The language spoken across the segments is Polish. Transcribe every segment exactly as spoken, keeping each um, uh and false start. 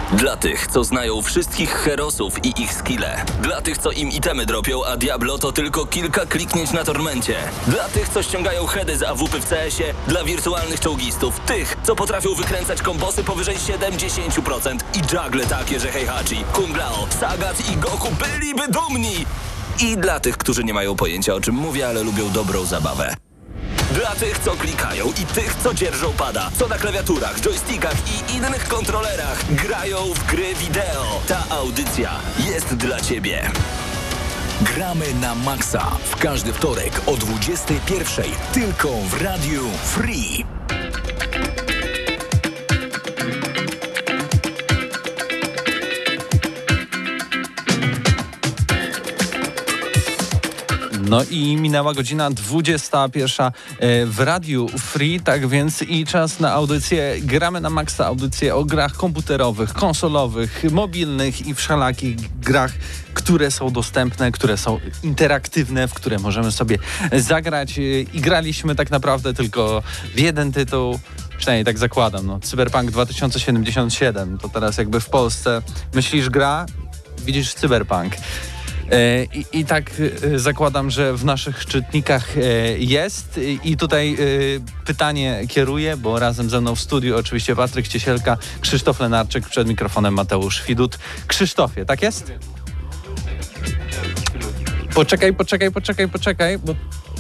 Dla tych, co znają wszystkich herosów i ich skille. Dla tych, co im itemy dropią, a Diablo to tylko kilka kliknięć na tormencie. Dla tych, co ściągają heady z A W P w C S-ie. Dla wirtualnych czołgistów. Tych, co potrafią wykręcać kombosy powyżej siedemdziesiąt procent. I juggle takie, że Heihachi, Kung Lao, Sagat i Goku byliby dumni. I dla tych, którzy nie mają pojęcia, o czym mówię, ale lubią dobrą zabawę. Dla tych, co klikają i tych, co dzierżą pada, co na klawiaturach, joystickach i innych kontrolerach grają w gry wideo. Ta audycja jest dla ciebie. Gramy na maksa w każdy wtorek o dwudziestej pierwszej tylko w Radiu Free. No i minęła godzina dwudziesta pierwsza w Radiu Free, tak więc i czas na audycję Gramy na Maxa, audycję o grach komputerowych, konsolowych, mobilnych i wszelakich grach, które są dostępne, które są interaktywne, w które możemy sobie zagrać i graliśmy tak naprawdę tylko w jeden tytuł. Przynajmniej tak zakładam, no. Cyberpunk dwa tysiące siedemdziesiąt siedem, to teraz jakby w Polsce myślisz gra, widzisz Cyberpunk. I, I tak zakładam, że w naszych czytnikach jest. I tutaj pytanie kieruję, bo razem ze mną w studiu oczywiście Patryk Ciesielka, Krzysztof Lenarczyk, przed mikrofonem Mateusz Widut. Krzysztofie, tak jest? Poczekaj, poczekaj, poczekaj, poczekaj, bo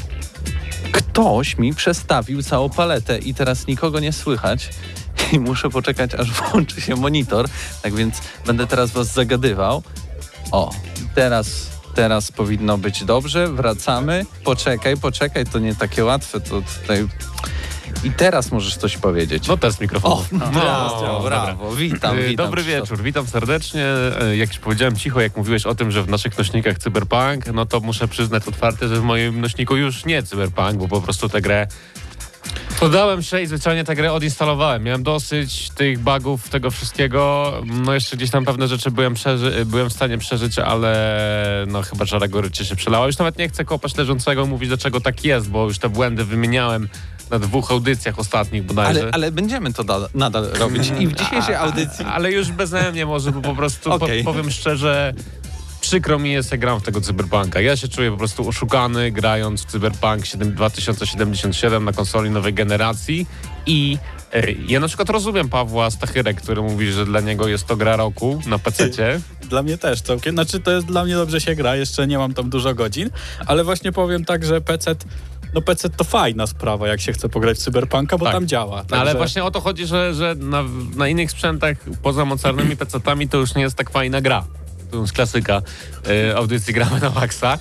ktoś mi przestawił całą paletę i teraz nikogo nie słychać. I muszę poczekać, aż włączy się monitor. Tak więc będę teraz was zagadywał. O, teraz, teraz powinno być dobrze, wracamy. Poczekaj, poczekaj, to nie takie łatwe, to tutaj... I teraz możesz coś powiedzieć. No test mikrofonu. O, no, brawo, brawo, witam, witam. Dobry wieczór, witam serdecznie. Jak już powiedziałem cicho, jak mówiłeś o tym, że w naszych nośnikach Cyberpunk, no to muszę przyznać otwarcie, że w moim nośniku już nie Cyberpunk, bo po prostu tę grę podałem się i zwyczajnie tę grę odinstalowałem. Miałem dosyć tych bugów, tego wszystkiego. No jeszcze gdzieś tam pewne rzeczy byłem, przeży- byłem w stanie przeżyć, ale no chyba żara goryczy się przelała. Już nawet nie chcę kopać leżącego, mówić dlaczego tak jest, bo już te błędy wymieniałem na dwóch audycjach ostatnich bodajże. Ale, ale będziemy to da- nadal robić i w dzisiejszej audycji. Ale już beze mnie może, bo po prostu okay. po, powiem szczerze, przykro mi jest, jak gram w tego Cyberpunka. Ja się czuję po prostu oszukany, grając w Cyberpunk dwa tysiące siedemdziesiąt siedem na konsoli nowej generacji i e, ja na przykład rozumiem Pawła Stachyrek, który mówi, że dla niego jest to gra roku na pececie. Dla mnie też całkiem. Znaczy to jest dla mnie dobrze się gra, jeszcze nie mam tam dużo godzin, ale właśnie powiem tak, że pecet, no pecet to fajna sprawa, jak się chce pograć w Cyberpunka, bo tak. tam działa. Także... Ale właśnie o to chodzi, że, że na, na innych sprzętach poza mocarnymi pecetami to już nie jest tak fajna gra. To jest klasyka y, audycji Gramy na Maxa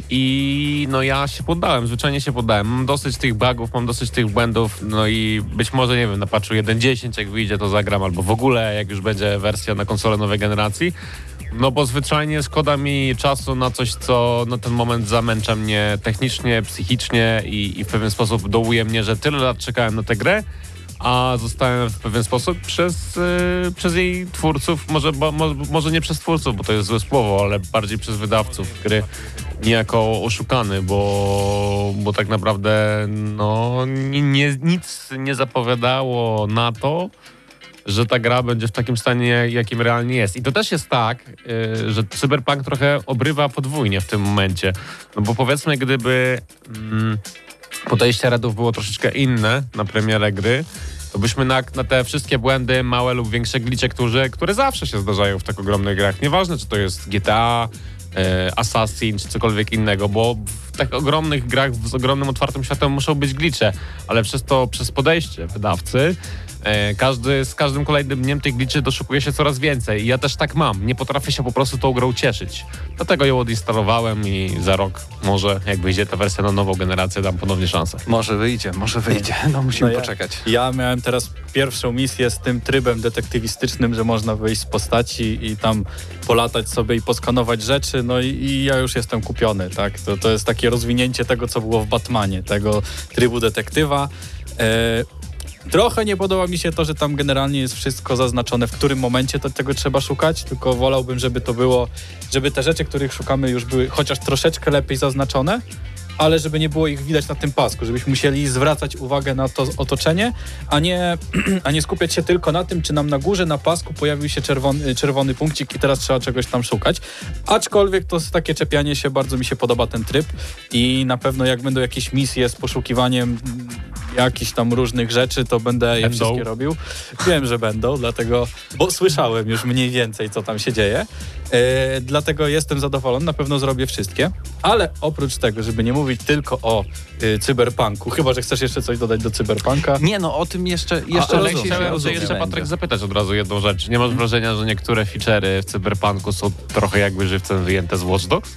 i no ja się poddałem, zwyczajnie się poddałem. Mam dosyć tych bugów, mam dosyć tych błędów, no i być może, nie wiem, na patchu jeden dziesięć jak wyjdzie, to zagram, albo w ogóle jak już będzie wersja na konsolę nowej generacji. No bo zwyczajnie szkoda mi czasu na coś, co na ten moment zamęcza mnie technicznie, psychicznie i, i w pewien sposób dołuje mnie, że tyle lat czekałem na tę grę, a zostałem w pewien sposób przez, yy, przez jej twórców, może, bo, mo, może nie przez twórców, bo to jest złe słowo, ale bardziej przez wydawców, gry niejako oszukany, bo, bo tak naprawdę no, nie, nic nie zapowiadało na to, że ta gra będzie w takim stanie, jakim realnie jest. I to też jest tak, yy, że Cyberpunk trochę obrywa podwójnie w tym momencie. No bo powiedzmy, gdyby mm, podejście Redów było troszeczkę inne na premierę gry, to byśmy na, na te wszystkie błędy, małe lub większe glicze, które, które zawsze się zdarzają w tak ogromnych grach, nieważne czy to jest G T A, e, Assassin czy cokolwiek innego, bo w tak ogromnych grach z ogromnym otwartym światem muszą być glicze, ale przez to, przez podejście wydawcy, e, każdy, z każdym kolejnym dniem tych gliczy doszukuje się coraz więcej i ja też tak mam, nie potrafię się po prostu tą grą cieszyć. Dlatego ją odinstalowałem i za rok może, jak wyjdzie ta wersja na nową generację, dam ponownie szansę. Może wyjdzie, może wyjdzie, no musimy no ja, poczekać. Ja miałem teraz pierwszą misję z tym trybem detektywistycznym, że można wyjść z postaci i tam polatać sobie i poskanować rzeczy, no i, i ja już jestem kupiony, tak? To, to jest takie rozwinięcie tego, co było w Batmanie, tego trybu detektywa. E, Trochę nie podoba mi się to, że tam generalnie jest wszystko zaznaczone, w którym momencie to, tego trzeba szukać, tylko wolałbym, żeby to było, żeby te rzeczy, których szukamy, już były chociaż troszeczkę lepiej zaznaczone, ale żeby nie było ich widać na tym pasku, żebyśmy musieli zwracać uwagę na to otoczenie, a nie, a nie skupiać się tylko na tym, czy nam na górze, na pasku pojawił się czerwony, czerwony punkcik i teraz trzeba czegoś tam szukać. Aczkolwiek to jest takie czepianie się, bardzo mi się podoba ten tryb i na pewno jak będą jakieś misje z poszukiwaniem jakichś tam różnych rzeczy, to będę je Będą. wszystkie robił. Wiem, że będą, dlatego, bo słyszałem już mniej więcej, co tam się dzieje. E, dlatego jestem zadowolony, na pewno zrobię wszystkie. Ale oprócz tego, żeby nie mówić tylko o y, cyberpunku, chyba że chcesz jeszcze coś dodać do cyberpunka. Nie no, o tym jeszcze, jeszcze Ale lecieć chciałem rozumiem. się jeszcze, Patryk, zapytać od razu jedną rzecz. Nie masz wrażenia, że niektóre feature'y w cyberpunku są trochę jakby żywcem wyjęte z Watch Dogs?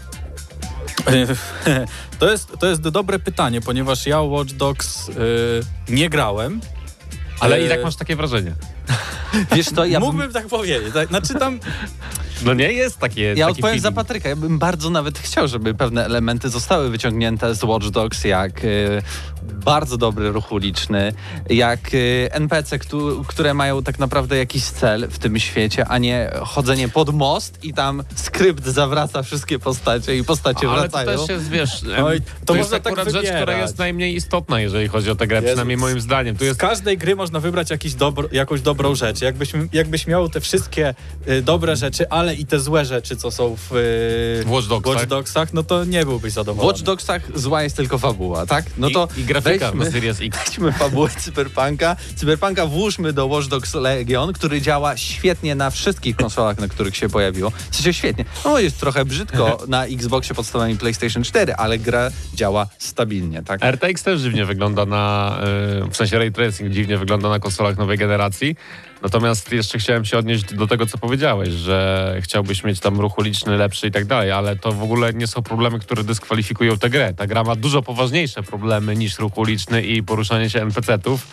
To jest, to jest dobre pytanie, ponieważ ja Watch Dogs y, nie grałem. Ale E, i tak masz takie wrażenie. Wiesz to, ja bym, Mógłbym tak powiedzieć. Tak? Znaczy tam... No nie jest takie. ja taki odpowiem za feeling. Patryka. Ja bym bardzo nawet chciał, żeby pewne elementy zostały wyciągnięte z Watch Dogs, jak y, bardzo dobry ruch uliczny, jak y, en pe ce, któ- które mają tak naprawdę jakiś cel w tym świecie, a nie chodzenie pod most i tam skrypt zawraca wszystkie postacie i postacie Ale wracają. to też jest, wiesz, em, Oj, to to, można jest tak akurat rzecz, która wybierać. jest najmniej istotna, jeżeli chodzi o tę grę, Jezu, przynajmniej moim zdaniem. Tu Z jest każdej gry można wybrać jakiś dobro, jakąś dobrą rzecz. Jakbyś, jakbyś miał te wszystkie y, dobre rzeczy, ale i te złe rzeczy, co są w y, W Watch Dogsach. Watch Dogsach, no to nie byłbyś W zadowolony. Watch Dogsach zła jest tylko fabuła, tak? No to i, i grafika weźmy, na Series X. weźmy fabułę Cyberpunka. Cyberpunka włóżmy do Watch Dogs Legion, który działa świetnie na wszystkich konsolach, na których się pojawiło. W sensie świetnie. No jest trochę brzydko na Xboxie podstawowym i PlayStation cztery, ale gra działa stabilnie, tak? R T X też dziwnie wygląda na, y, w sensie ray tracing dziwnie wygląda na konsolach nowej generacji. Natomiast jeszcze chciałem się odnieść do tego, co powiedziałeś, że chciałbyś mieć tam ruch uliczny lepszy i tak dalej, ale to w ogóle nie są problemy, które dyskwalifikują tę grę. Ta gra ma dużo poważniejsze problemy niż ruch uliczny i poruszanie się en pe ce ów.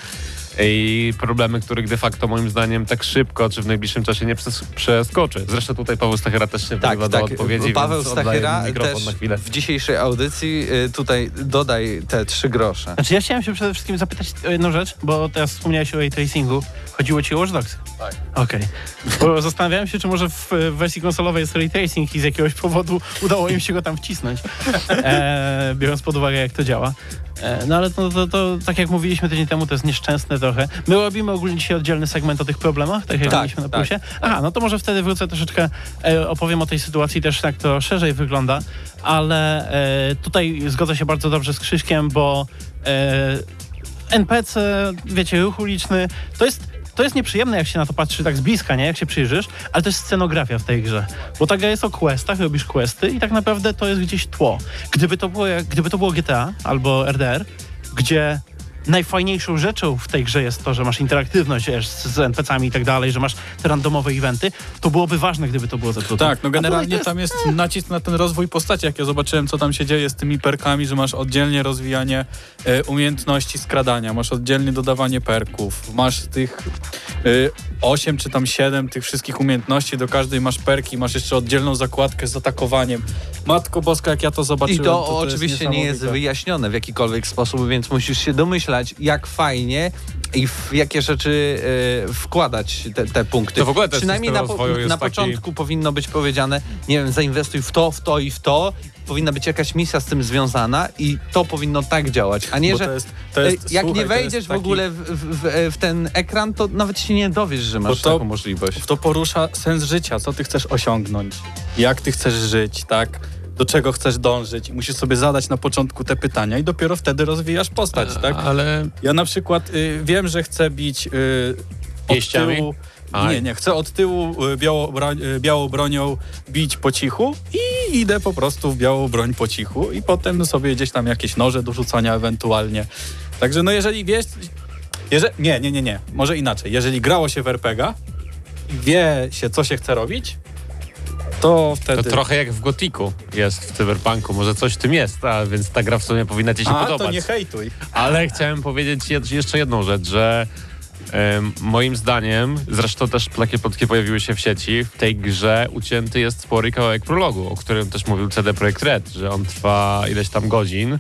I problemy, których de facto moim zdaniem tak szybko, czy w najbliższym czasie nie przes- przeskoczy. Zresztą tutaj Paweł Stachera też się Tak, tak, tak. do odpowiedzi, Paweł więc oddaję Stachera mu mikrofon też na chwilę. w dzisiejszej audycji y, tutaj dodaj te trzy grosze. Znaczy ja chciałem się przede wszystkim zapytać o jedną rzecz, bo teraz wspomniałeś o ray tracingu. Chodziło ci o Watch Dogs? Tak. Okej. Bo zastanawiałem się, czy może w, w wersji konsolowej jest ray tracing i z jakiegoś powodu udało im się go tam wcisnąć, e, biorąc pod uwagę, jak to działa. E, no ale to, to, to, tak jak mówiliśmy tydzień temu, to jest nieszczęsne trochę. My robimy ogólnie dzisiaj oddzielny segment o tych problemach, tak jak Tak, mieliśmy na tak. plusie. Aha, no to może wtedy wrócę troszeczkę, e, opowiem o tej sytuacji też, jak to szerzej wygląda, ale e, tutaj zgodzę się bardzo dobrze z Krzyśkiem, bo e, en pe ce, wiecie, ruch uliczny, to jest To jest nieprzyjemne, jak się na to patrzy tak z bliska, nie? Jak się przyjrzysz, ale to jest scenografia w tej grze. Bo ta gra jest o questach, robisz questy i tak naprawdę to jest gdzieś tło. Gdyby to było, jak- gdyby to było G T A albo R D R, gdzie najfajniejszą rzeczą w tej grze jest to, że masz interaktywność wiesz, z, z en pe ce ami i tak dalej, że masz te randomowe eventy, to byłoby ważne, gdyby to było zepsute. Tak, no A tutaj generalnie to tam jest nacisk na ten rozwój postaci. Jak ja zobaczyłem, co tam się dzieje z tymi perkami, że masz oddzielnie rozwijanie e, umiejętności skradania, masz oddzielnie dodawanie perków, masz tych e, osiem czy tam siedem tych wszystkich umiejętności, do każdej masz perki, masz jeszcze oddzielną zakładkę z atakowaniem. Matko Boska, jak ja to I zobaczyłem, to, to, oczywiście nie jest niesamowite. wyjaśnione w jakikolwiek sposób, więc musisz się domyślać, jak fajnie i w jakie rzeczy e, wkładać te, te punkty. To w ogóle też Przynajmniej na, system po, rozwoju jest na taki- początku powinno być powiedziane, nie wiem, zainwestuj w to, w to i w to. Powinna być jakaś misja z tym związana i to powinno tak działać, a nie, Bo że to jest, to jest, e, jak słuchaj, nie to jest wejdziesz w taki- ogóle w, w, w, w ten ekran, to nawet się nie dowiesz, że masz to- taką możliwość. To porusza sens życia, co ty chcesz osiągnąć, jak ty chcesz żyć, tak? Do czego chcesz dążyć. Musisz sobie zadać na początku te pytania i dopiero wtedy rozwijasz postać, tak? Ale Ja na przykład y, wiem, że chcę bić y, od Pięściami? tyłu. A. Nie, nie, chcę od tyłu y, biało, bro- y, białą bronią bić po cichu i idę po prostu w białą broń po cichu i potem sobie gdzieś tam jakieś noże do rzucania ewentualnie. Także no jeżeli wiesz... Jeżeli, nie, nie, nie, nie. Może inaczej. Jeżeli grało się w er pe gie i wie się, co się chce robić, to wtedy... to trochę jak w Gotiku jest w Cyberpunku. Może coś w tym jest, a więc ta gra w sumie powinna ci się A, podobać. to nie hejtuj. Ale chciałem powiedzieć jed- jeszcze jedną rzecz, że em, moim zdaniem, zresztą też takie plotki pojawiły się w sieci, w tej grze ucięty jest spory kawałek prologu, o którym też mówił C D Projekt Red, że on trwa ileś tam godzin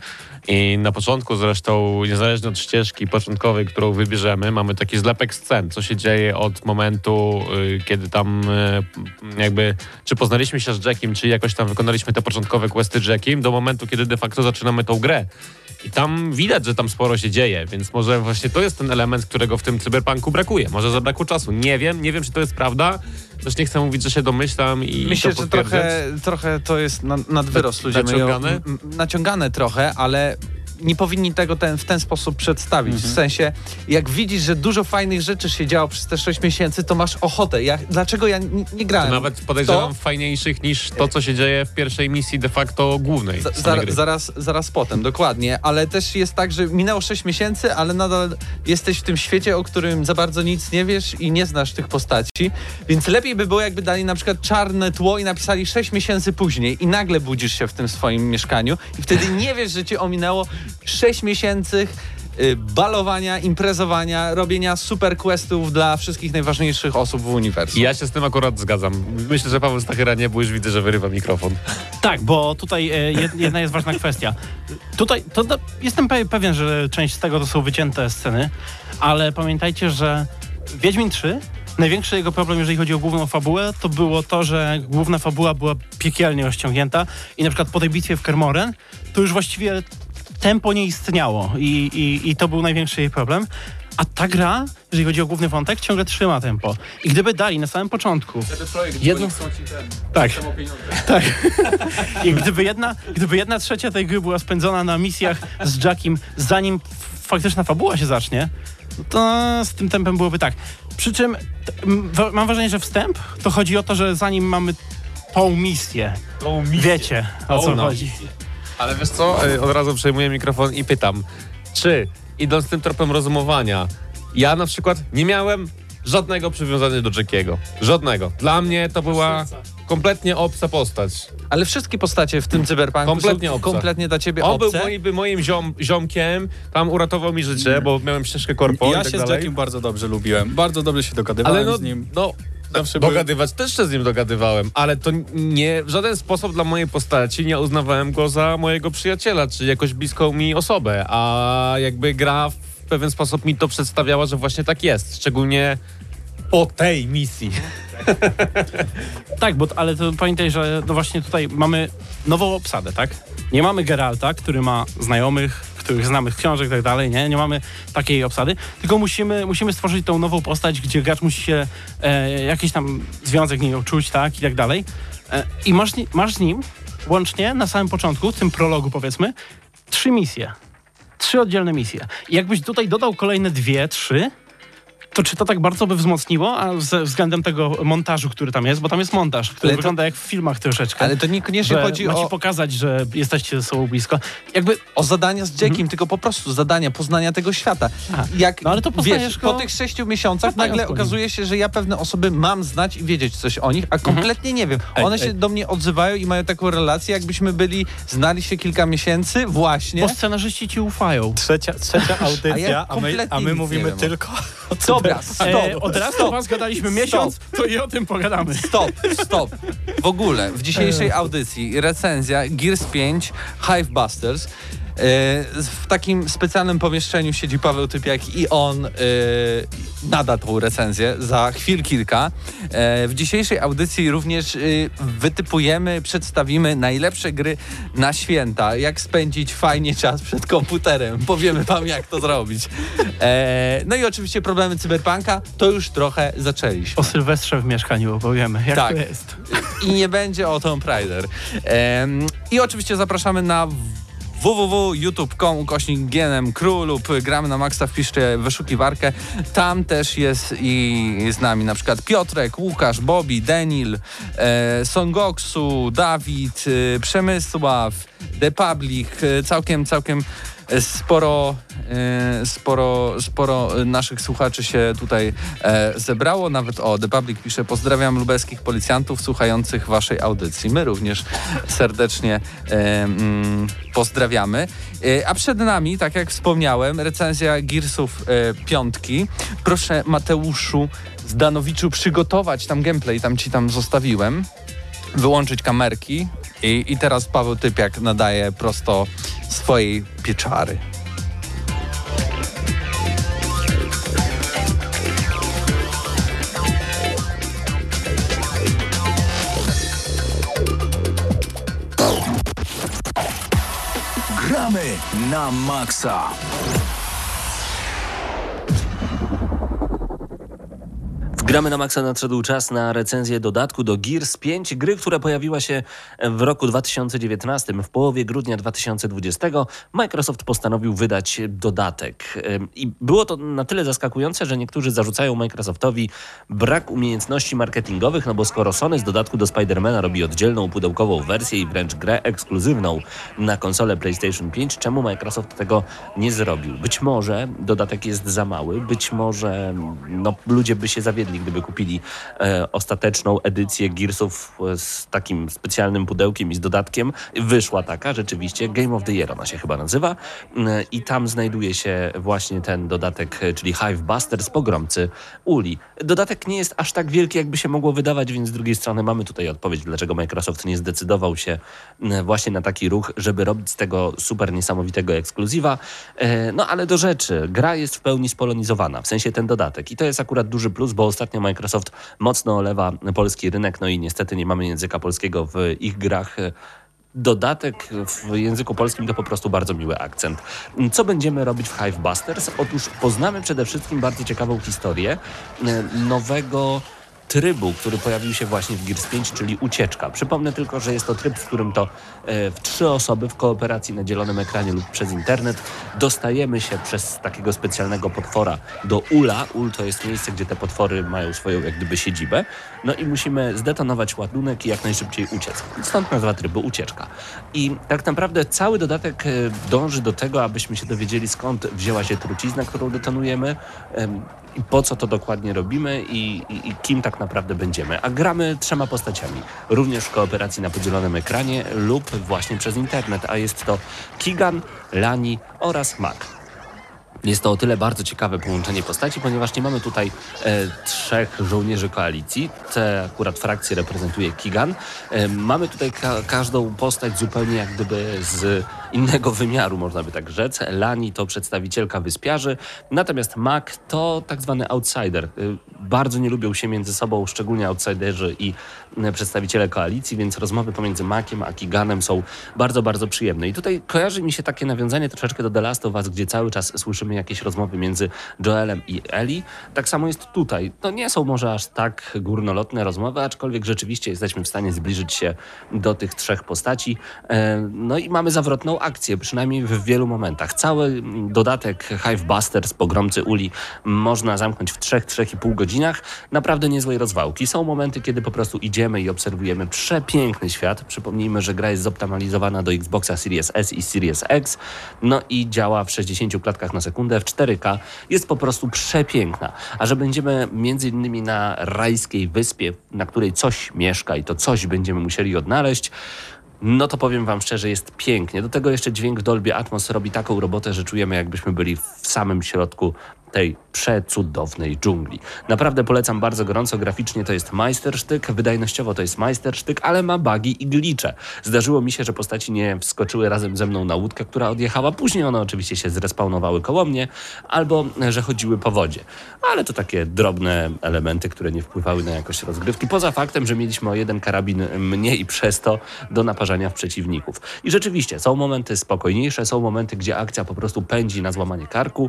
I na początku zresztą, niezależnie od ścieżki początkowej, którą wybierzemy, mamy taki zlepek scen, co się dzieje od momentu, y, kiedy tam y, jakby, czy poznaliśmy się z Jackiem, czy jakoś tam wykonaliśmy te początkowe questy Jackiem, do momentu, kiedy de facto zaczynamy tą grę. I tam widać, że tam sporo się dzieje, więc może właśnie to jest ten element, którego w tym cyberpunku brakuje. Może zabrakło czasu. Nie wiem, nie wiem, czy to jest prawda. Też nie chcę mówić, że się domyślam i Myślę, to że potwierdzać. trochę, trochę to jest na, nadwyrost. Ludzie Naciągane? mają, m, naciągane trochę, ale nie powinni tego ten, w ten sposób przedstawić. Mhm. W sensie, jak widzisz, że dużo fajnych rzeczy się działo przez te sześć miesięcy, to masz ochotę. Ja, dlaczego ja nie, nie grałem? To nawet podejrzewam To- fajniejszych niż to, co się dzieje w pierwszej misji de facto głównej. Za, samej za, gry. zaraz, zaraz potem, dokładnie, ale też jest tak, że minęło sześć miesięcy, ale nadal jesteś w tym świecie, o którym za bardzo nic nie wiesz i nie znasz tych postaci, więc lepiej by było, jakby dali na przykład czarne tło i napisali sześć miesięcy później i nagle budzisz się w tym swoim mieszkaniu i wtedy nie wiesz, że ci ominęło sześć miesięcy y, balowania, imprezowania, robienia super questów dla wszystkich najważniejszych osób w uniwersum. Ja się z tym akurat zgadzam. Myślę, że Paweł Stachyra nie był, już widzę, że wyrywa mikrofon. Tak, bo tutaj e, jed- jedna jest ważna kwestia. Tutaj to, to jestem pe- pewien, że część z tego to są wycięte sceny, ale pamiętajcie, że Wiedźmin trzy, największy jego problem, jeżeli chodzi o główną fabułę, to było to, że główna fabuła była piekielnie rozciągnięta i na przykład po tej bitwie w Kermoren to już właściwie tempo nie istniało i, i, i to był największy jej problem. A ta gra, jeżeli chodzi o główny wątek, ciągle trzyma tempo. I gdyby dali na samym początku jedną... Tak. Tak. I gdyby jedna, gdyby jedna trzecia tej gry była spędzona na misjach z Jackiem, zanim faktyczna fabuła się zacznie, to z tym tempem byłoby tak. Przy czym t- m, wa- mam wrażenie, że wstęp to chodzi o to, że zanim mamy tą misję, wiecie o co Tą no. chodzi. Ale wiesz co, Y, od razu przejmuję mikrofon i pytam, czy idąc tym tropem rozumowania, ja na przykład nie miałem żadnego przywiązania do Jackiego. Żadnego. Dla mnie to była kompletnie obca postać. Ale wszystkie postacie w tym cyberpunku Kompletnie są obce. kompletnie dla ciebie On był obce. moim, był moim ziom, ziomkiem, tam uratował mi życie, bo miałem ścieżkę korpo Ja i tak się z dalej. Jackiem bardzo dobrze lubiłem. Bardzo dobrze się dogadywałem Ale no, z nim. no Zawsze były- dogadywać też się z nim dogadywałem, ale to nie w żaden sposób dla mojej postaci nie uznawałem go za mojego przyjaciela, czy jakoś bliską mi osobę, a jakby gra w pewien sposób mi to przedstawiała, że właśnie tak jest, szczególnie po tej misji. Tak, bo, ale to pamiętaj, że no właśnie tutaj mamy nową obsadę, tak? Nie mamy Geralta, który ma znajomych, których znamy z książek i tak dalej, nie? Nie mamy takiej obsady, tylko musimy, musimy stworzyć tą nową postać, gdzie gracz musi się e, jakiś tam związek z nią czuć, tak? I tak dalej. E, I masz, ni- masz z nim łącznie na samym początku, w tym prologu powiedzmy, trzy misje. Trzy oddzielne misje. I jakbyś tutaj dodał kolejne dwie, trzy, to czy to tak bardzo by wzmocniło, a ze względem tego montażu, który tam jest, bo tam jest montaż, który Ale to- wygląda jak w filmach troszeczkę. Ale to niekoniecznie że chodzi ma ci o, pokazać, że jesteście ze sobą blisko. Jakby o zadania z Jackiem, tylko po prostu zadania poznania tego świata. A, Jak, no ale to poznajesz wiesz, go po tych sześciu miesiącach latając nagle po nim. okazuje się, że ja pewne osoby mam znać i wiedzieć coś o nich, a kompletnie nie wiem. Ej, One się ej. do mnie odzywają i mają taką relację, jakbyśmy byli, znali się kilka miesięcy, właśnie. bo scenarzyści ci ufają. Trzecia, trzecia audycja, ja a, my, kompletnie a my nic mówimy nie wiem. tylko o Dobra, cyber- stop. E, od razu o was gadaliśmy miesiąc, to i o tym pogadamy. Stop, stop. W ogóle w dzisiejszej audycji recenzja Gears pięć Hivebusters. E, w takim specjalnym pomieszczeniu siedzi Paweł Typiak i on e, nada tą recenzję za chwil kilka. E, w dzisiejszej audycji również e, wytypujemy, przedstawimy najlepsze gry na święta. Jak spędzić fajnie czas przed komputerem. Powiemy wam, jak to zrobić. E, no i oczywiście problemy cyberpunka to już trochę zaczęliśmy. O Sylwestrze w mieszkaniu opowiemy, jak Tak. to jest. I nie będzie o Tomb Raider. Em, I oczywiście zapraszamy na w w w w kropka youtube kropka com ukośnik G N M Crew lub gramy na Maxa, wpiszcie wyszukiwarkę. Tam też jest i z nami na przykład Piotrek, Łukasz, Bobby, Denil, e, Songoksu, Dawid, e, Przemysław, The Public, e, całkiem, całkiem sporo, e, sporo, sporo naszych słuchaczy się tutaj e, zebrało. Nawet o, The Public pisze: pozdrawiam lubelskich policjantów słuchających waszej audycji. My również serdecznie e, mm, pozdrawiamy. E, a przed nami, tak jak wspomniałem, recenzja Gearsów e, piątki. Proszę, Mateuszu Zdanowiczu, przygotować tam gameplay, tam ci tam zostawiłem. Wyłączyć kamerki I, I teraz Paweł Typiak nadaje prosto swojej pieczary. Gramy na maksa. Gramy na maksa, nadszedł czas na recenzję dodatku do Gears pięć, gry, która pojawiła się w roku dwa tysiące dziewiętnastym. W połowie grudnia dwa tysiące dwudziestego Microsoft postanowił wydać dodatek. I było to na tyle zaskakujące, że niektórzy zarzucają Microsoftowi brak umiejętności marketingowych, no bo skoro Sony z dodatku do Spidermana robi oddzielną pudełkową wersję i wręcz grę ekskluzywną na konsolę PlayStation pięć, czemu Microsoft tego nie zrobił? Być może dodatek jest za mały, być może no, ludzie by się zawiedli, gdyby kupili e, ostateczną edycję Gearsów z takim specjalnym pudełkiem i z dodatkiem. Wyszła taka, rzeczywiście, Game of the Year ona się chyba nazywa e, i tam znajduje się właśnie ten dodatek, czyli Hive Busters, pogromcy Uli. Dodatek nie jest aż tak wielki, jakby się mogło wydawać, więc z drugiej strony mamy tutaj odpowiedź, dlaczego Microsoft nie zdecydował się e, właśnie na taki ruch, żeby robić z tego super niesamowitego ekskluzywa. E, no ale do rzeczy, gra jest w pełni spolonizowana, w sensie ten dodatek i to jest akurat duży plus, bo ostatnio Microsoft mocno olewa polski rynek, no i niestety nie mamy języka polskiego w ich grach. Dodatek w języku polskim to po prostu bardzo miły akcent. Co będziemy robić w Hive Busters? Otóż poznamy przede wszystkim bardzo ciekawą historię nowego trybu, który pojawił się właśnie w Gears pięć, czyli ucieczka. Przypomnę tylko, że jest to tryb, w którym to e, w trzy osoby w kooperacji na dzielonym ekranie lub przez internet dostajemy się przez takiego specjalnego potwora do Ula. Ul to jest miejsce, gdzie te potwory mają swoją jak gdyby siedzibę. No i musimy zdetonować ładunek i jak najszybciej uciec. Stąd nazwa trybu ucieczka. I tak naprawdę cały dodatek dąży do tego, abyśmy się dowiedzieli, skąd wzięła się trucizna, którą detonujemy, i po co to dokładnie robimy i, i, i kim tak naprawdę będziemy. A gramy trzema postaciami, również w kooperacji na podzielonym ekranie lub właśnie przez internet, a jest to Keegan, Lani oraz Mac. Jest to o tyle bardzo ciekawe połączenie postaci, ponieważ nie mamy tutaj e, trzech żołnierzy koalicji. Te akurat frakcje reprezentuje Keegan. E, mamy tutaj ka- każdą postać zupełnie jak gdyby z innego wymiaru, można by tak rzec. Lani to przedstawicielka wyspiarzy, natomiast Mac to tak zwany outsider. E, bardzo nie lubią się między sobą, szczególnie outsiderzy i e, przedstawiciele koalicji, więc rozmowy pomiędzy Maciem a Keeganem są bardzo, bardzo przyjemne. I tutaj kojarzy mi się takie nawiązanie troszeczkę do The Last of Us, gdzie cały czas słyszymy jakieś rozmowy między Joelem i Ellie. Tak samo jest tutaj. To nie są może aż tak górnolotne rozmowy, aczkolwiek rzeczywiście jesteśmy w stanie zbliżyć się do tych trzech postaci. No i mamy zawrotną akcję, przynajmniej w wielu momentach. Cały dodatek Hive Busters, pogromcy Uli, można zamknąć w trzech, trzech i pół godzinach. Naprawdę niezłej rozwałki. Są momenty, kiedy po prostu idziemy i obserwujemy przepiękny świat. Przypomnijmy, że gra jest zoptymalizowana do Xboxa Series S i Series X. No i działa w sześćdziesięciu klatkach na sekundę, w cztery K. Jest po prostu przepiękna. A że będziemy między innymi na rajskiej wyspie, na której coś mieszka i to coś będziemy musieli odnaleźć, no to powiem wam szczerze, jest pięknie. Do tego jeszcze dźwięk w Dolby Atmos robi taką robotę, że czujemy, jakbyśmy byli w samym środku tej przecudownej dżungli. Naprawdę polecam bardzo gorąco. Graficznie to jest majstersztyk, wydajnościowo to jest majstersztyk, ale ma bugi i glicze. Zdarzyło mi się, że postaci nie wskoczyły razem ze mną na łódkę, która odjechała. Później one oczywiście się zrespawnowały koło mnie, albo że chodziły po wodzie. Ale to takie drobne elementy, które nie wpływały na jakość rozgrywki. Poza faktem, że mieliśmy o jeden karabin mniej przez to do naparzania w przeciwników. I rzeczywiście są momenty spokojniejsze, są momenty, gdzie akcja po prostu pędzi na złamanie karku.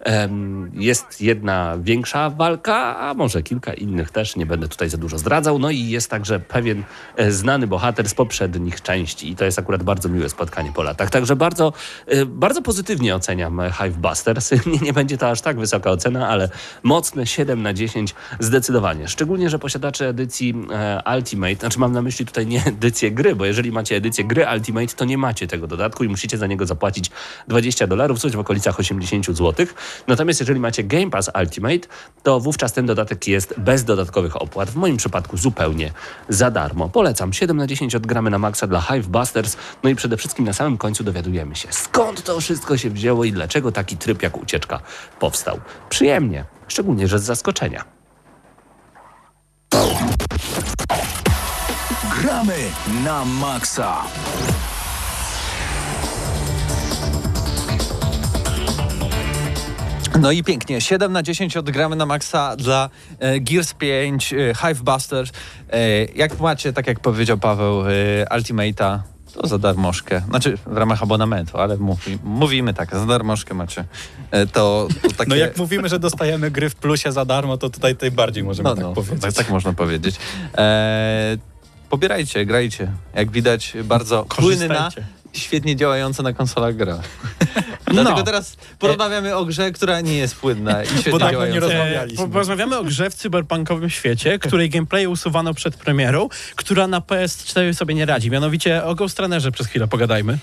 Um, Jest jedna większa walka, a może kilka innych też, nie będę tutaj za dużo zdradzał. No i jest także pewien e, znany bohater z poprzednich części i to jest akurat bardzo miłe spotkanie po latach. Także bardzo, e, bardzo pozytywnie oceniam Hive Busters. Nie, nie będzie to aż tak wysoka ocena, ale mocne siedem na dziesięć zdecydowanie. Szczególnie, że posiadacze edycji e, Ultimate, znaczy mam na myśli tutaj nie edycję gry, bo jeżeli macie edycję gry Ultimate, to nie macie tego dodatku i musicie za niego zapłacić dwadzieścia dolarów, coś w okolicach osiemdziesiąt złotych. Natomiast jeżeli macie Game Pass Ultimate, to wówczas ten dodatek jest bez dodatkowych opłat. W moim przypadku zupełnie za darmo. Polecam. siedem na dziesięć odgramy na maksa dla Hive Busters. No i przede wszystkim na samym końcu dowiadujemy się, skąd to wszystko się wzięło i dlaczego taki tryb jak ucieczka powstał. Przyjemnie. Szczególnie, że z zaskoczenia. Gramy na maksa. No i pięknie, siedem na dziesięć odgramy na maksa dla e, Gears pięć, e, Hive Busters. E, jak macie, tak jak powiedział Paweł, e, Ultimate'a, to za darmożkę. Znaczy w ramach abonamentu, ale mówi, mówimy tak, za darmożkę macie. E, to, to takie... No jak mówimy, że dostajemy gry w plusie za darmo, to tutaj tej bardziej możemy no, tak no, powiedzieć. Tak, tak można powiedzieć. E, pobierajcie, grajcie. Jak widać, bardzo płynna, Korzystajcie. świetnie działająca na konsolach gra. Dlatego No. teraz porozmawiamy o grze, która nie jest płynna i świetnie Bo tak, działająca. nie rozmawiamy. E, po- Porozmawiamy o grze w cyberpunkowym świecie, której gameplay usuwano przed premierą, która na P S cztery sobie nie radzi. Mianowicie o Ghost Runnerze przez chwilę pogadajmy.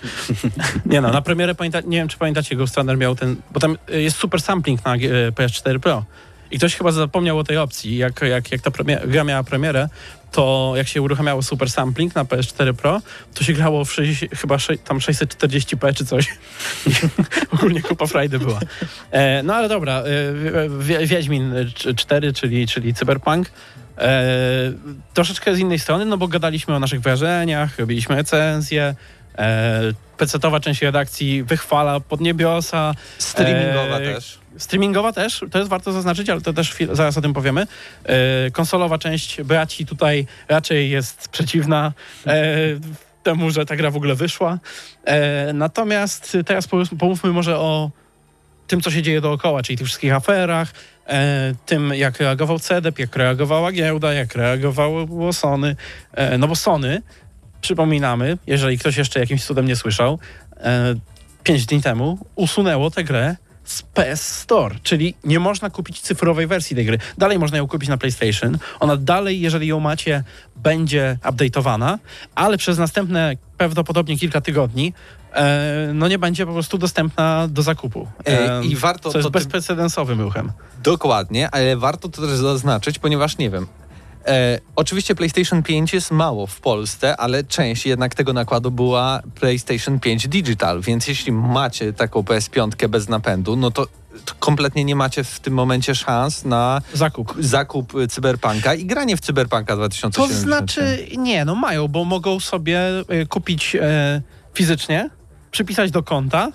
nie no, na premierę pamięta, nie wiem, czy pamiętacie, Ghost Runner miał ten, bo tam e, jest super sampling na e, P S cztery Pro. I ktoś chyba zapomniał o tej opcji. Jak, jak, jak ta premier, gra miała premierę, to jak się uruchamiało super sampling na P S cztery Pro, to się grało w sześćdziesiąt, chyba sze, tam sześćset czterdzieści p czy coś. Ogólnie kupa frajdy była. E, no ale dobra, e, Wie- Wiedźmin cztery, czyli, czyli Cyberpunk. E, troszeczkę z innej strony, no bo gadaliśmy o naszych wrażeniach, robiliśmy recenzje. E, pecetowa część redakcji wychwala pod niebiosa. Streamingowa E, też. Streamingowa też, to jest warto zaznaczyć, ale to też chwil, zaraz o tym powiemy. E, konsolowa część braci tutaj raczej jest przeciwna e, temu, że ta gra w ogóle wyszła. E, natomiast teraz pomów- pomówmy może o tym, co się dzieje dookoła, czyli tych wszystkich aferach, e, tym, jak reagował C D P, jak reagowała giełda, jak reagowało Sony. E, no bo Sony, przypominamy, jeżeli ktoś jeszcze jakimś cudem nie słyszał, e, pięć dni temu usunęło tę grę z P S Store, czyli nie można kupić cyfrowej wersji tej gry. Dalej można ją kupić na PlayStation. Ona dalej, jeżeli ją macie, będzie update'owana, ale przez następne prawdopodobnie kilka tygodni e, no nie będzie po prostu dostępna do zakupu. E, i warto co jest to- bezprecedensowym ruchem. Dokładnie, ale warto to też zaznaczyć, ponieważ nie wiem. E, oczywiście PlayStation pięć jest mało w Polsce, ale część jednak tego nakładu była PlayStation pięć Digital, więc jeśli macie taką P S pięć bez napędu, no to, to kompletnie nie macie w tym momencie szans na Zakup. zakup Cyberpunka i granie w Cyberpunka dwa tysiące To siedemdziesiąt. znaczy, nie, no mają, bo mogą sobie y, kupić e, fizycznie, przypisać do konta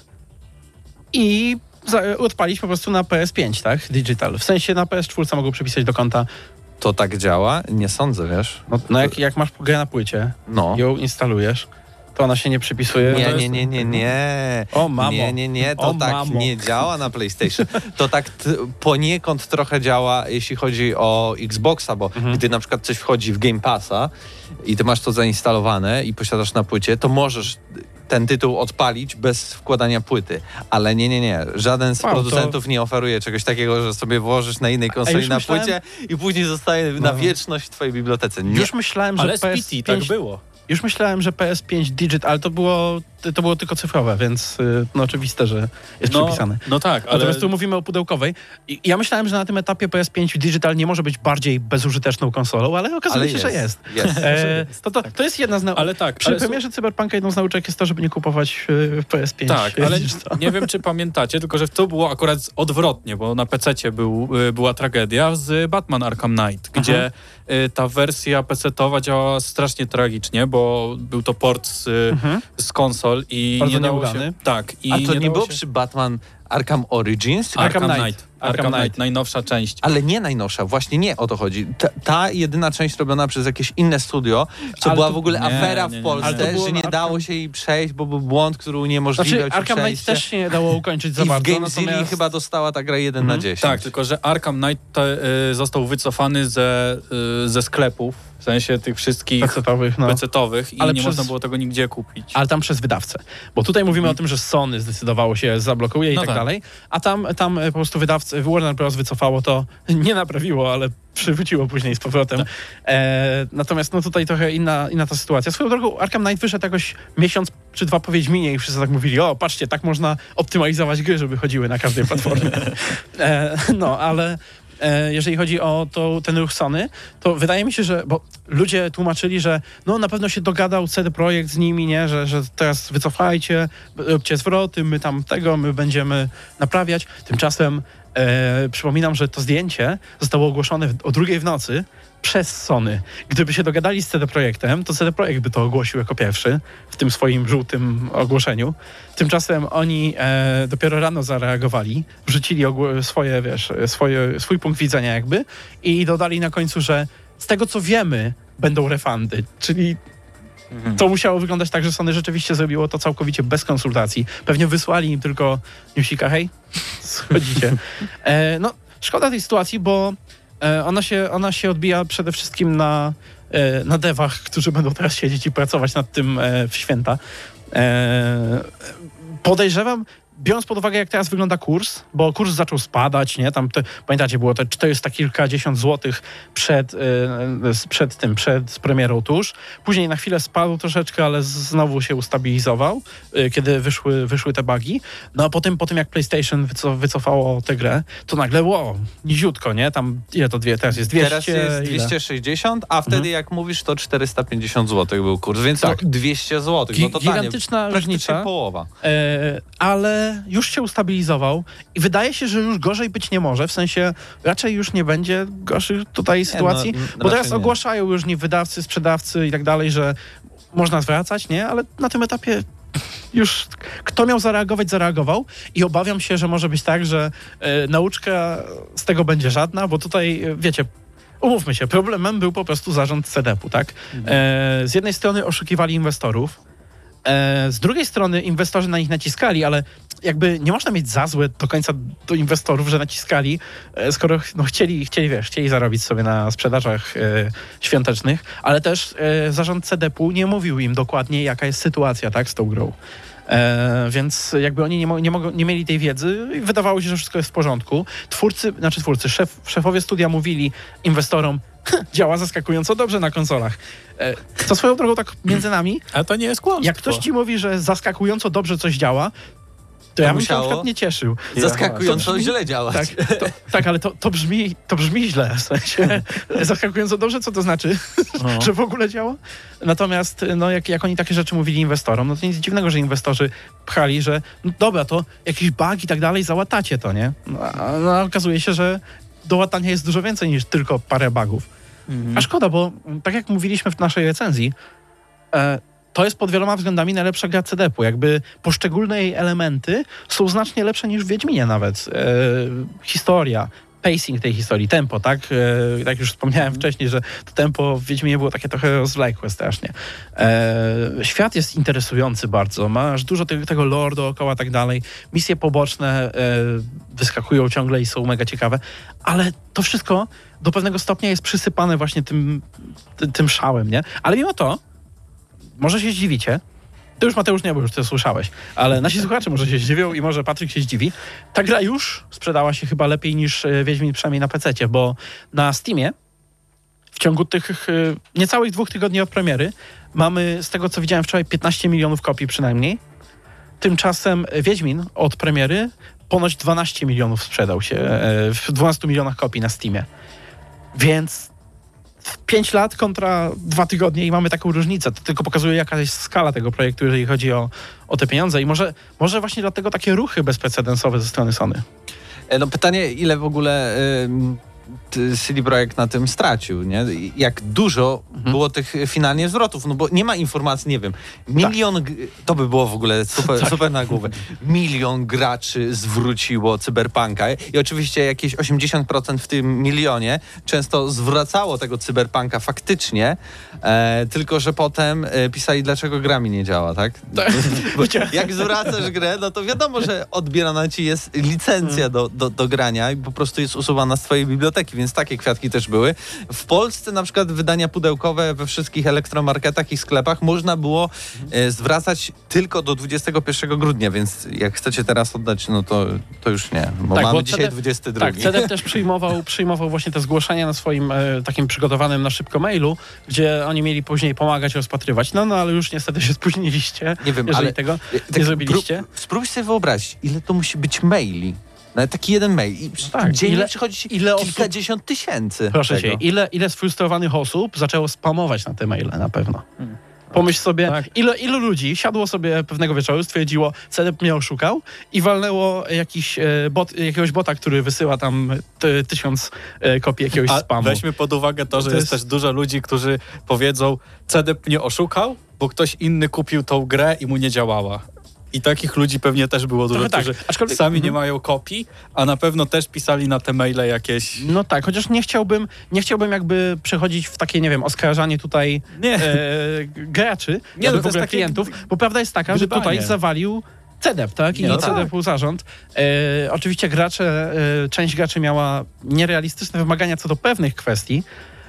i za, odpalić po prostu na P S pięć, tak? Digital. W sensie na P S cztery mogą przypisać do konta. To tak działa? Nie sądzę, wiesz? No, no jak, jak masz grę na płycie, No. ją instalujesz, to ona się nie przypisuje. Nie, to nie, jest- nie, nie, nie. O, mamo. Nie, nie, nie, to O, tak mamo. nie działa na PlayStation. To tak t- poniekąd trochę działa, jeśli chodzi o Xboxa, bo Mhm. gdy na przykład coś wchodzi w Game Passa i ty masz to zainstalowane i posiadasz na płycie, to możesz ten tytuł odpalić bez wkładania płyty. Ale nie, nie, nie. Żaden z Wow, to- producentów nie oferuje czegoś takiego, że sobie włożysz na innej konsoli już na myślałem- płycie i później zostaje na No. wieczność w twojej bibliotece. Nie. Już myślałem, że Ale z P P S T pięć... tak było. Już myślałem, że P S pięć Digital, ale to było, to było tylko cyfrowe, więc y, no oczywiste, że jest No, przypisane. no tak, ale... Natomiast tu mówimy o pudełkowej. I ja myślałem, że na tym etapie P S pięć Digital nie może być bardziej bezużyteczną konsolą, ale okazuje Ale się, że jest. jest. E, to, to, to jest jedna z... Nau- Ale tak, Przy ale premierze Cyberpunka jedną z nauczek jest to, żeby nie kupować y, P S pięć Tak, ale Digital. nie wiem, czy pamiętacie, tylko że to było akurat odwrotnie, bo na pececie był, y, była tragedia z Batman Arkham Knight, gdzie y, ta wersja pecetowa działała strasznie tragicznie, bo był to port z, y, z konsol i Bardzo nie dało nieudany. się... Tak. I A to nie, dało było się... przy Batman Arkham Origins? Arkham, Arkham Knight. Knight. Arkham, Arkham Knight, najnowsza część. Ale nie najnowsza, właśnie nie o to chodzi. Ta, ta jedyna część robiona przez jakieś inne studio, co Ale była to- w ogóle nie, afera nie, nie, w nie. Polsce, Ale to było że nie na dało Arkham- się jej przejść, bo był błąd, który uniemożliwiał Znaczy, ci Arkham Knight przejście. też się nie dało ukończyć za I w bardzo. GameZilli natomiast- chyba dostała ta gra jeden Mhm. na dziesięć. Tak, tylko że Arkham Knight te, y, został wycofany ze, y, ze sklepów, w sensie tych wszystkich Pecetowych, no. pecetowych i Ale nie przez- można było tego nigdzie kupić. Ale tam przez wydawcę. Bo tutaj mówimy o tym, że Sony zdecydowało się, zablokuje i No tak, tak. dalej, a tam, tam po prostu wydawcy, Warner Bros. Wycofało to, nie naprawiło, ale przywróciło później z powrotem. Tak. E, natomiast no tutaj trochę inna, inna ta sytuacja. Swoją drogą Arkham Knight wyszedł jakoś miesiąc czy dwa po Wiedźminie i wszyscy tak mówili, o patrzcie, tak można optymalizować gry, żeby chodziły na każdej platformie. e, no, ale e, jeżeli chodzi o to, ten ruch Sony, to wydaje mi się, że, bo ludzie tłumaczyli, że no na pewno się dogadał C D Projekt z nimi, nie, że, że teraz wycofajcie, róbcie zwroty, my tam tego, my będziemy naprawiać. Tymczasem e, przypominam, że to zdjęcie zostało ogłoszone w, o drugiej w nocy przez Sony. Gdyby się dogadali z C D Projektem, to C D Projekt by to ogłosił jako pierwszy w tym swoim żółtym ogłoszeniu. Tymczasem oni e, dopiero rano zareagowali, wrzucili ogło- swoje, wiesz, swoje, swój punkt widzenia jakby i dodali na końcu, że z tego co wiemy, będą refundy, czyli to musiało wyglądać tak, że Sony rzeczywiście zrobiło to całkowicie bez konsultacji. Pewnie wysłali im tylko newsika, hej, schodzicie. E, no, szkoda tej sytuacji, bo e, ona, się, ona się odbija przede wszystkim na, e, na devach, którzy będą teraz siedzieć i pracować nad tym e, w święta. E, podejrzewam, biorąc pod uwagę, jak teraz wygląda kurs, bo kurs zaczął spadać, nie? Tam te, pamiętacie, było te czterysta kilkadziesiąt złotych przed, yy, przed tym, przed premierą tuż. Później na chwilę spadł troszeczkę, ale znowu się ustabilizował, yy, kiedy wyszły, wyszły te bugi. No a potem, po tym jak PlayStation wyco- wycofało tę grę, to nagle, wow, niziutko, nie? Tam, ile to dwie, teraz jest dwieście? Teraz jest ile? dwieście sześćdziesiąt, a wtedy jak mówisz, to czterysta pięćdziesiąt złotych był kurs, więc Tak. no dwieście złotych, no to tanie, Gigantyczna praktycznie różnica. połowa. E, ale już się ustabilizował i wydaje się, że już gorzej być nie może, w sensie raczej już nie będzie gorszych tutaj sytuacji, no, bo teraz raczej nie. ogłaszają już nie wydawcy, sprzedawcy i tak dalej, że można zwracać, nie? Ale na tym etapie już kto miał zareagować, zareagował i obawiam się, że może być tak, że e, nauczka z tego będzie żadna, bo tutaj, e, wiecie, umówmy się, problemem był po prostu zarząd C D P-u, tak? E, z jednej strony oszukiwali inwestorów, E, z drugiej strony inwestorzy na nich naciskali, ale jakby nie można mieć za złe do końca do inwestorów, że naciskali, e, skoro no, chcieli, chcieli, wiesz, chcieli zarobić sobie na sprzedażach e, świątecznych, ale też e, zarząd C D P-u nie mówił im dokładnie, jaka jest sytuacja, tak, z tą grą. E, więc jakby oni nie, mo- nie, mogą, nie mieli tej wiedzy i wydawało się, że wszystko jest w porządku. Twórcy, znaczy twórcy, szef, szefowie studia mówili inwestorom, działa zaskakująco dobrze na konsolach. E, co swoją drogą tak między nami, A to nie jest kłamstwo. jak ktoś ci mówi, że zaskakująco dobrze coś działa, to ja bym się na musiało przykład nie cieszył. Zaskakująco To brzmi- źle działać. Tak, to, tak ale to, to, brzmi, to brzmi źle, w sensie zaskakująco dobrze, co to znaczy, że w ogóle działa? Natomiast no, jak, jak oni takie rzeczy mówili inwestorom, no to nic dziwnego, że inwestorzy pchali, że no dobra, to jakiś bug i tak dalej, załatacie to, nie? No, a, no, a okazuje się, że do łatania jest dużo więcej niż tylko parę bugów. A szkoda, bo tak jak mówiliśmy w naszej recenzji, e, to jest pod wieloma względami najlepsza gra C D P-u. Jakby poszczególne jej elementy są znacznie lepsze niż w Wiedźminie nawet. E, historia, pacing tej historii, tempo, tak? E, tak już wspomniałem wcześniej, że to tempo w Wiedźminie było takie trochę rozwlekłe strasznie. E, świat jest interesujący bardzo, masz dużo tego, tego lore dookoła, tak dalej. Misje poboczne e, wyskakują ciągle i są mega ciekawe, ale to wszystko do pewnego stopnia jest przysypane właśnie tym, ty, tym szałem, nie? Ale mimo to, może się zdziwicie, to już Mateusz nie, bo już to słyszałeś, ale nasi słuchacze może się zdziwią i może Patryk się zdziwi. Ta gra już sprzedała się chyba lepiej niż e, Wiedźmin, przynajmniej na pececie, bo na Steamie w ciągu tych e, niecałych dwóch tygodni od premiery mamy, z tego co widziałem wczoraj, piętnaście milionów kopii przynajmniej. Tymczasem Wiedźmin od premiery ponoć dwanaście milionów sprzedał się e, w dwunastu milionach kopii na Steamie. Więc pięć lat kontra dwa tygodnie i mamy taką różnicę. To tylko pokazuje, jaka jest skala tego projektu, jeżeli chodzi o, o te pieniądze. I może, może właśnie dlatego takie ruchy bezprecedensowe ze strony Sony. E, No pytanie, ile w ogóle y, C D Projekt na tym stracił, nie? Jak dużo Mhm. było tych finalnie zwrotów, no bo nie ma informacji, nie wiem, milion, g- to by było w ogóle super, super na głowę, milion graczy zwróciło Cyberpunka i oczywiście jakieś osiemdziesiąt procent w tym milionie często zwracało tego Cyberpunka faktycznie, e, tylko że potem e, pisali, dlaczego gra mi nie działa, tak? Bo jak zwracasz grę, no to wiadomo, że odbierana ci jest licencja do, do, do grania i po prostu jest usuwana z twojej biblioteki, więc takie kwiatki też były. W Polsce na przykład wydania pudełkowe we wszystkich elektromarketach i sklepach można było e, zwracać tylko do dwudziestego pierwszego grudnia, więc jak chcecie teraz oddać, no to, to już nie, bo Tak, mamy bo dzisiaj C D dwudziesty drugi. Tak, C D P też przyjmował, przyjmował właśnie te zgłoszenia na swoim e, takim przygotowanym na szybko mailu, gdzie oni mieli później pomagać rozpatrywać. No, no ale już niestety się spóźniliście, Nie wiem, jeżeli ale tego tak nie zrobiliście. prób- Spróbuj sobie wyobrazić, ile to musi być maili. Nawet taki jeden mail. I tak, dziennie ile- przychodzi ci ile osób- kilkadziesiąt tysięcy. Proszę tego. cię, ile, ile sfrustrowanych osób zaczęło spamować na te maile na pewno. Pomyśl sobie, Tak. ile, ilu ludzi siadło sobie pewnego wieczoru, stwierdziło, C D mnie oszukał i walnęło jakiś e, bot, jakiegoś bota, który wysyła tam ty, tysiąc e, kopii jakiegoś A spamu. weźmy pod uwagę to, że To jest jest- też dużo ludzi, którzy powiedzą, C D mnie oszukał, bo ktoś inny kupił tą grę i mu nie działała. I takich ludzi pewnie też było dużo, Trochę tak, którzy aczkolwiek- sami nie Mhm. mają kopii, a na pewno też pisali na te maile jakieś... No tak, chociaż nie chciałbym, nie chciałbym jakby przechodzić w takie, nie wiem, oskarżanie tutaj Nie. e, graczy, Nie, nie, no to w jest ogóle takie klientów, bo prawda jest taka, że gdybanie. tutaj zawalił C D E P, tak? I Nie, nie no C D E P zarząd. E, oczywiście gracze, e, część graczy miała nierealistyczne wymagania co do pewnych kwestii,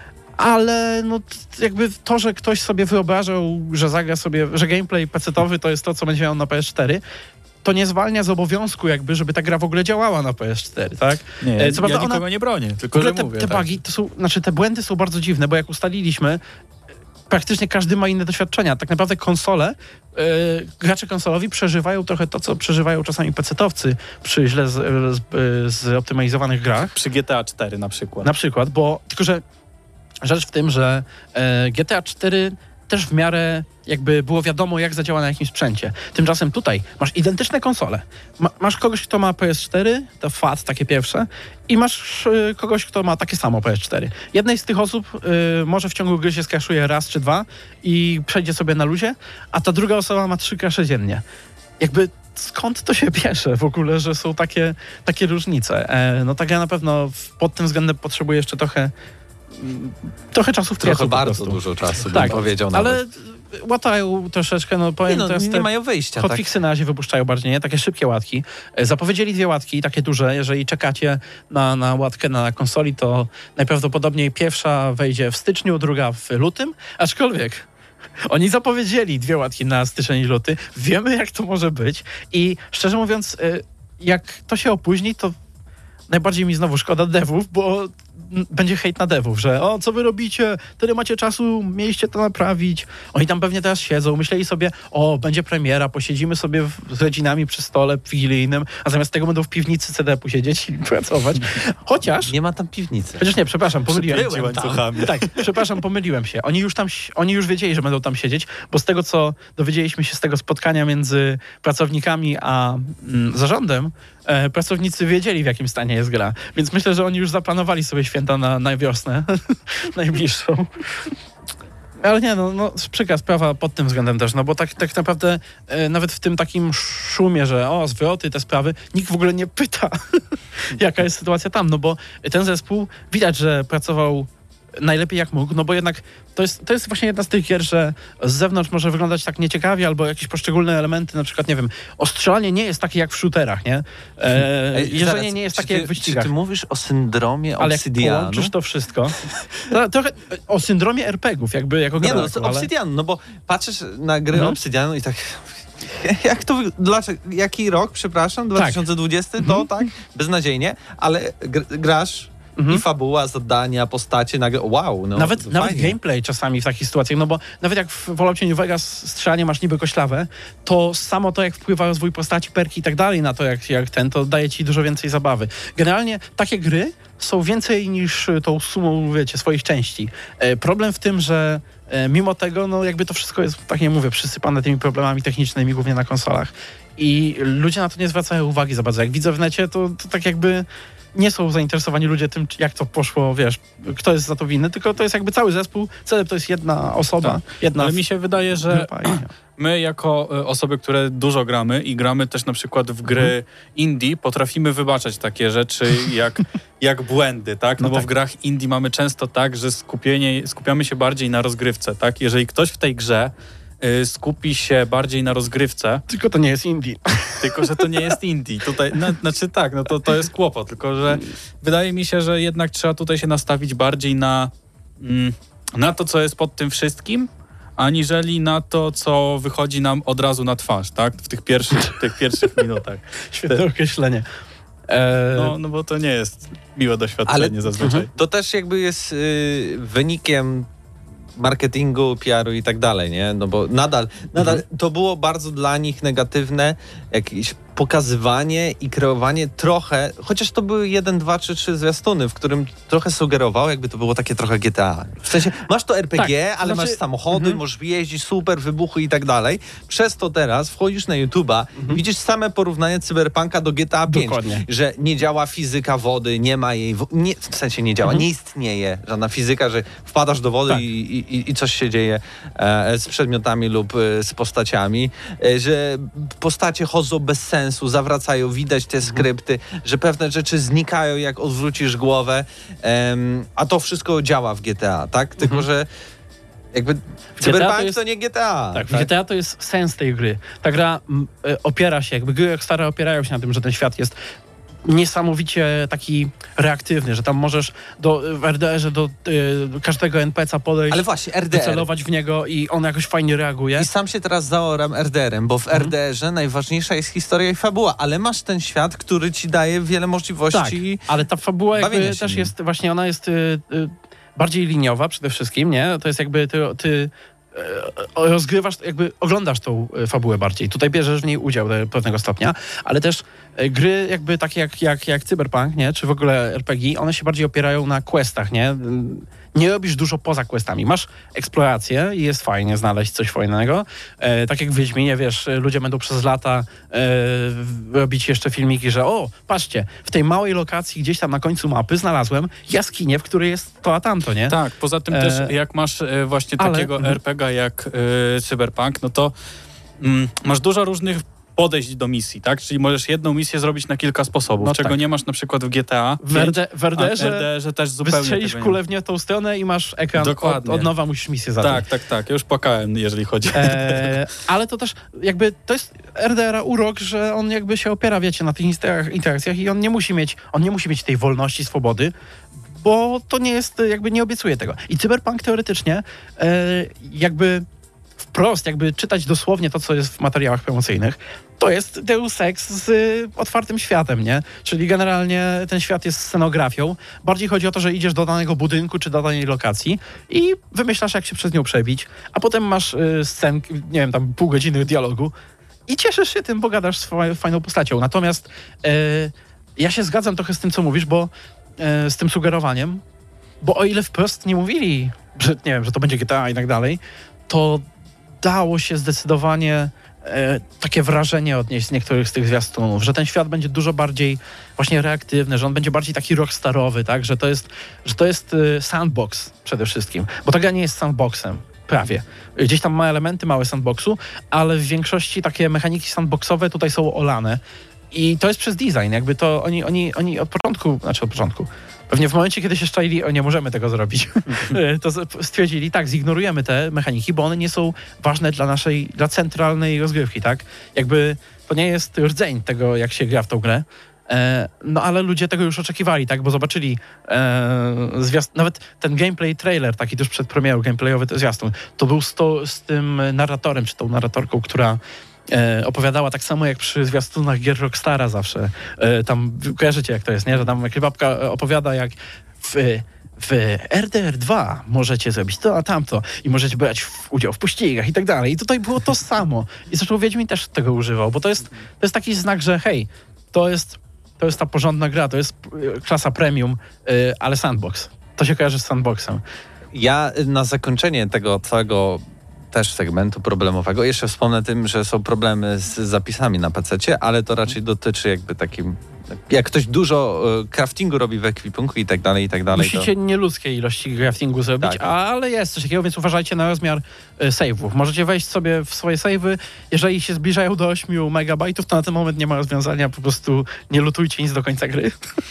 ale no t- jakby to, że ktoś sobie wyobrażał, że zagra sobie, że gameplay pecetowy to jest to, co będzie miał na P S cztery, to nie zwalnia z obowiązku jakby, żeby ta gra w ogóle działała na P S cztery, tak? Nie, E, co ja prawda nikogo ona- nie bronię, W tylko ogóle że te, mówię. te tak. bugi, to są, znaczy te błędy są bardzo dziwne, bo jak ustaliliśmy, praktycznie każdy ma inne doświadczenia. Tak naprawdę konsole, yy, gracze konsolowi przeżywają trochę to, co przeżywają czasami pecetowcy przy źle z, z, zoptymalizowanych grach. Przy G T A cztery na przykład. Na przykład, bo tylko, że rzecz w tym, że e, G T A cztery też w miarę jakby było wiadomo, jak zadziała na jakimś sprzęcie. Tymczasem tutaj masz identyczne konsole. Ma, masz kogoś, kto ma P S cztery, to F A T takie pierwsze, i masz y, kogoś, kto ma takie samo P S cztery. Jednej z tych osób y, może w ciągu gry się skraszuje raz czy dwa i przejdzie sobie na luzie, a ta druga osoba ma trzy krasze dziennie. Jakby skąd to się bierze w ogóle, że są takie, takie różnice? E, no tak ja na pewno w, pod tym względem potrzebuję jeszcze trochę mm, trochę czasu w Trochę piecu po bardzo prostu. dużo czasu, Tak, bym powiedział nawet. ale łatają troszeczkę, no powiem Nie, no, teraz nie te mają wyjścia, tak? hotfixy na razie wypuszczają bardziej, nie? Takie szybkie łatki. E, Zapowiedzieli dwie łatki, takie duże. Jeżeli czekacie na, na łatkę na konsoli, to najprawdopodobniej pierwsza wejdzie w styczniu, druga w lutym, aczkolwiek oni zapowiedzieli dwie łatki na styczeń i luty. Wiemy, jak to może być i szczerze mówiąc, e, jak to się opóźni, to najbardziej mi znowu szkoda devów, bo m, będzie hejt na devów, że o, co wy robicie, tyle macie czasu, mieliście to naprawić. Oni tam pewnie teraz siedzą, myśleli sobie, o, będzie premiera, posiedzimy sobie w, z rodzinami przy stole wigilijnym, a zamiast tego będą w piwnicy C D E P-u siedzieć i pracować. Chociaż... Nie ma tam piwnicy. Chociaż nie, przepraszam, pomyliłem Byłem się. łańcuchami. Tak, przepraszam, pomyliłem się. Oni już tam, oni już wiedzieli, że będą tam siedzieć, bo z tego, co dowiedzieliśmy się z tego spotkania między pracownikami a mm, zarządem, e, pracownicy wiedzieli, w jakim stanie jest gra. Więc myślę, że oni już zaplanowali sobie święta na, na wiosnę najbliższą. Ale nie, no, no przykra sprawa pod tym względem też, no bo tak, tak naprawdę e, nawet w tym takim szumie, że o, zwroty, te sprawy, nikt w ogóle nie pyta, jaka jest sytuacja tam, no bo ten zespół widać, że pracował najlepiej jak mógł, no bo jednak to jest, to jest właśnie jedna z tych gier, że z zewnątrz może wyglądać tak nieciekawie, albo jakieś poszczególne elementy, na przykład, nie wiem, ostrzelanie nie jest takie jak w shooterach, nie? E, Ej, jeżdżenie zaraz, nie jest czy takie ty, jak w wyścigach. Czy ty mówisz o syndromie Ale jak Obsydianu? połączysz to wszystko, to, trochę o syndromie er pe gie ów, jakby jako Nie no, gadaku, to ale... Obsydianu, no bo patrzysz na gry Mhm. Obsydianu i tak... Jak to, wy- dlaczego, jaki rok, przepraszam, dwa tysiące dwudziesty, to tak, beznadziejnie, ale gr- grasz Mhm. i fabuła, zadania, postacie, nagle, wow, no Nawet, to nawet fajnie. gameplay czasami w takich sytuacjach, no bo nawet jak w Falloutie New Vegas strzelanie masz niby koślawe, to samo to, jak wpływa rozwój postaci, perki i tak dalej na to, jak, jak ten, to daje ci dużo więcej zabawy. Generalnie takie gry są więcej niż tą sumą, wiecie, swoich części. E, problem w tym, że e, mimo tego, no jakby to wszystko jest, tak nie mówię, przysypane tymi problemami technicznymi, głównie na konsolach. I ludzie na to nie zwracają uwagi za bardzo. Jak widzę w necie, to, to tak jakby nie są zainteresowani ludzie tym, jak to poszło, wiesz, kto jest za to winny, tylko to jest jakby cały zespół, C D E P to jest jedna osoba, Tak. jedna Ale mi się wydaje, że grupa i- my jako e, osoby, które dużo gramy i gramy też na przykład w gry indie, potrafimy wybaczać takie rzeczy jak, jak błędy, tak? No, No bo tak. w grach indie mamy często tak, że skupienie, skupiamy się bardziej na rozgrywce, tak? Jeżeli ktoś w tej grze y, skupi się bardziej na rozgrywce, Tylko to nie jest indie. tylko że to nie jest indie. Tutaj, no, znaczy tak, no to, to jest kłopot, tylko że wydaje mi się, że jednak trzeba tutaj się nastawić bardziej na, mm, na to, co jest pod tym wszystkim, aniżeli na to, co wychodzi nam od razu na twarz, tak? W tych pierwszych, tych pierwszych minutach. Świetne określenie. E, No, no bo to nie jest miłe doświadczenie Ale- zazwyczaj. To też jakby jest y, wynikiem marketingu, P R u i tak dalej, nie? No bo nadal, nadal to było bardzo dla nich negatywne, jakieś pokazywanie i kreowanie trochę, chociaż to były jeden, dwa czy trzy zwiastuny, w którym trochę sugerował, jakby to było takie trochę G T A. W sensie, masz to R P G, Tak, ale znaczy- masz samochody, Mhm. możesz jeździć, super, wybuchy i tak dalej. Przez to teraz wchodzisz na YouTube'a, widzisz same porównanie Cyberpunka do G T A pięć, Dokładnie. że nie działa fizyka wody, nie ma jej, wo- nie, w sensie nie działa, nie istnieje żadna fizyka, że wpadasz do wody Tak. i, i, i coś się dzieje e, z przedmiotami lub e, z postaciami, e, że postacie chodzą bez sensu, zawracają, widać te skrypty, że pewne rzeczy znikają, jak odwrócisz głowę, em, a to wszystko działa w G T A, tak? Tylko, że jakby Cyberpunk to, jest- nie G T A. Tak, w G T A to jest sens tej gry. Ta gra m, e, opiera się, jakby gry Rockstara opierają się na tym, że ten świat jest niesamowicie taki reaktywny, że tam możesz do, w R D R-ze do y, każdego N P C-a podejść, Ale właśnie, R D R. wycelować w niego i on jakoś fajnie reaguje. I sam się teraz zaoram R D R-em, bo w Mhm. R D R-ze najważniejsza jest historia i fabuła, ale masz ten świat, który ci daje wiele Tak, możliwości. ale ta fabuła jakby bawienia się też nim. jest, właśnie ona jest y, y, bardziej liniowa przede wszystkim, nie? To jest jakby ty, ty e, rozgrywasz, jakby oglądasz tą e, fabułę bardziej. Tutaj bierzesz w niej udział do pewnego stopnia, ale też e, gry jakby takie jak, jak, jak Cyberpunk, nie? Czy w ogóle R P G, one się bardziej opierają na questach, nie? Nie robisz dużo poza questami. Masz eksplorację i jest fajnie znaleźć coś fajnego. E, tak jak w Wiedźminie, wiesz, ludzie będą przez lata e, robić jeszcze filmiki, że o, patrzcie, w tej małej lokacji gdzieś tam na końcu mapy znalazłem jaskinię, w której jest to a tamto, nie? Tak, poza tym E, też jak masz e, właśnie ale- takiego mhm. R P G jak e, Cyberpunk, no to mm, masz dużo różnych podejść do misji, tak? Czyli możesz jedną misję zrobić na kilka sposobów, No czego tak. nie masz na przykład w G T A. W R D w R D R-ze a w R D R-ze też zupełnie wystrzelisz tego nie kulę w nie tą stronę i masz ekran, od, Dokładnie. od nowa musisz misję ma. zacząć. Tak, tak, tak. Ja już płakałem, jeżeli chodzi. E, ale to też jakby to jest R D R-a urok, że on jakby się opiera, wiecie, na tych inter- interakcjach i on nie musi mieć, on nie musi mieć tej wolności, swobody, bo to nie jest, jakby nie obiecuje tego. I Cyberpunk teoretycznie e, jakby wprost, jakby czytać dosłownie to, co jest w materiałach promocyjnych, to jest Deus Ex z y, otwartym światem, nie? Czyli generalnie ten świat jest scenografią. Bardziej chodzi o to, że idziesz do danego budynku czy do danej lokacji i wymyślasz, jak się przez nią przebić, a potem masz y, scenki, nie wiem, tam pół godziny dialogu i cieszysz się tym, bo gadasz z fa- fajną postacią. Natomiast y, ja się zgadzam trochę z tym, co mówisz, bo y, z tym sugerowaniem, bo o ile wprost nie mówili, że nie wiem, że to będzie G T A i tak dalej, to dało się zdecydowanie e, takie wrażenie odnieść z niektórych z tych zwiastunów, że ten świat będzie dużo bardziej właśnie reaktywny, że on będzie bardziej taki rockstarowy, tak? Że to jest, że to jest e, sandbox przede wszystkim, bo ta gra nie jest sandboxem. Prawie. Gdzieś tam ma elementy małe sandboxu, ale w większości takie mechaniki sandboxowe tutaj są olane. I to jest przez design, jakby to oni, oni, oni od początku, znaczy od początku, pewnie w momencie, kiedy się szczaili, o nie możemy tego zrobić, to z- stwierdzili, tak, zignorujemy te mechaniki, bo one nie są ważne dla naszej, dla centralnej rozgrywki, tak? Jakby to nie jest rdzeń tego, jak się gra w tą grę. E, no ale ludzie tego już oczekiwali, tak? Bo zobaczyli e, zwiast... nawet ten gameplay trailer, taki tuż przed premierą, gameplayowy to zwiastun, to był z, to, z tym narratorem, czy tą narratorką, która e, opowiadała tak samo jak przy zwiastunach gier Rockstara zawsze. E, tam kojarzycie, jak to jest, nie? Że tam babka opowiada, jak w, w R D R dwa możecie zrobić to, a tamto i możecie brać w, udział w pościgach i tak dalej. I tutaj było to samo. I zresztą Wiedźmin też tego używał, bo to jest, to jest taki znak, że hej, to jest, to jest ta porządna gra, to jest y, klasa premium, y, ale sandbox. To się kojarzy z sandboxem. Ja na zakończenie tego całego też segmentu problemowego jeszcze wspomnę tym, że są problemy z zapisami na pececie, ale to raczej dotyczy jakby takim, jak ktoś dużo e, craftingu robi w ekwipunku i tak dalej, i tak dalej. Musicie To... nieludzkie ilości craftingu zrobić, Tak. ale jest coś takiego, więc uważajcie na rozmiar y, save'ów. Możecie wejść sobie w swoje save'y, jeżeli się zbliżają do ośmiu megabajtów, to na ten moment nie ma rozwiązania, po prostu nie lutujcie nic do końca gry,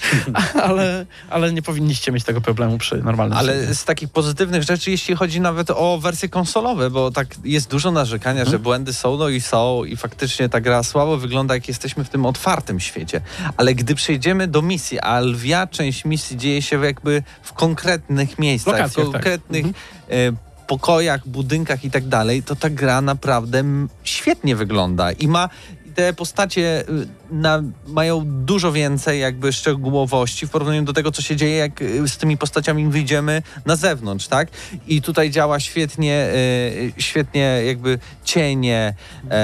ale, ale nie powinniście mieć tego problemu przy normalnym save'ie. Ale z takich pozytywnych rzeczy, jeśli chodzi nawet o wersje konsolowe, bo tak jest dużo narzekania, Hmm. że błędy są, no i są i faktycznie ta gra słabo wygląda, jak jesteśmy w tym otwartym świecie. Ale gdy przejdziemy do misji, a lwia część misji dzieje się jakby w konkretnych miejscach, Lokacjach, w tak. konkretnych e, pokojach, budynkach i tak dalej, to ta gra naprawdę m, świetnie wygląda i ma te postacie y, na, mają dużo więcej jakby szczegółowości w porównaniu do tego, co się dzieje, jak y, z tymi postaciami wyjdziemy na zewnątrz, tak? I tutaj działa świetnie, y, świetnie jakby cienie,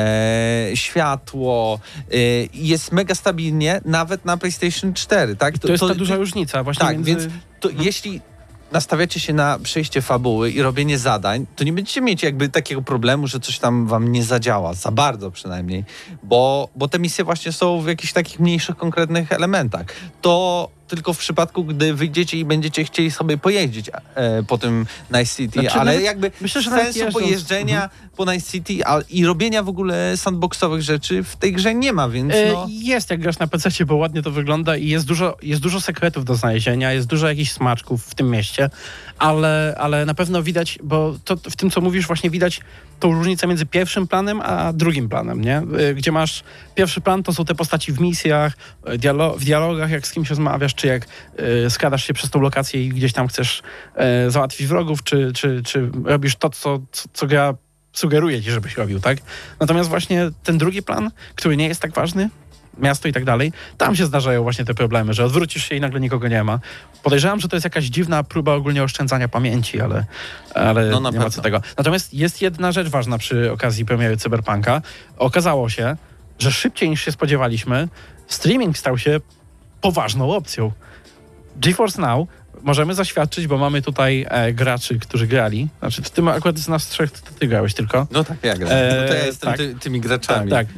e, światło, y, jest mega stabilnie, nawet na PlayStation cztery, tak? To jest ta duża różnica właśnie Tak, między... więc to jeśli nastawiacie się na przejście fabuły i robienie zadań, to nie będziecie mieć jakby takiego problemu, że coś tam wam nie zadziała, za bardzo przynajmniej, bo, bo te misje właśnie są w jakichś takich mniejszych, konkretnych elementach. To tylko w przypadku, gdy wyjdziecie i będziecie chcieli sobie pojeździć e, po tym Night City, Znaczy, ale nawet- jakby myślę, że nawet sensu jeżdżąc- pojeżdżenia po Night City a, i robienia w ogóle sandboxowych rzeczy w tej grze nie ma, więc E, no... Jest, jak grasz na pececie, bo ładnie to wygląda i jest dużo, jest dużo sekretów do znalezienia, jest dużo jakichś smaczków w tym mieście, ale, ale na pewno widać, bo to w tym, co mówisz, właśnie widać tą różnicę między pierwszym planem a drugim planem, nie? E, Gdzie masz pierwszy plan, to są te postaci w misjach, e, dialo- w dialogach, jak z kimś rozmawiasz, czy jak e, składasz się przez tą lokację i gdzieś tam chcesz e, załatwić wrogów, czy, czy, czy robisz to, co, co, co gra sugeruje ci, żebyś robił, tak? Natomiast właśnie ten drugi plan, który nie jest tak ważny, miasto i tak dalej, tam się zdarzają właśnie te problemy, że odwrócisz się i nagle nikogo nie ma. Podejrzewam, że to jest jakaś dziwna próba ogólnie oszczędzania pamięci, ale, ale No, na nie ma pewno. co tego. Natomiast jest jedna rzecz ważna przy okazji premiery Cyberpunka. Okazało się, że szybciej niż się spodziewaliśmy, streaming stał się poważną opcją. GeForce Now możemy zaświadczyć, bo mamy tutaj e, graczy, którzy grali. Znaczy, ty ma- akurat z nas trzech to ty grałeś tylko. No tak, ja gram. E, no to ja jestem tak. ty, tymi graczami. Tak.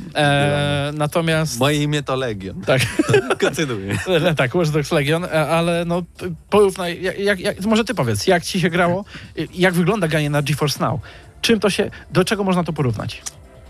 E, natomiast... Moje imię to Legion. Tak. Kontynuuję. E, Tak, Watch Dogs Legion, e, ale no p- porównaj, jak, jak, jak, może ty powiedz, jak ci się grało, i jak wygląda granie na GeForce Now? Czym to się, do czego można to porównać?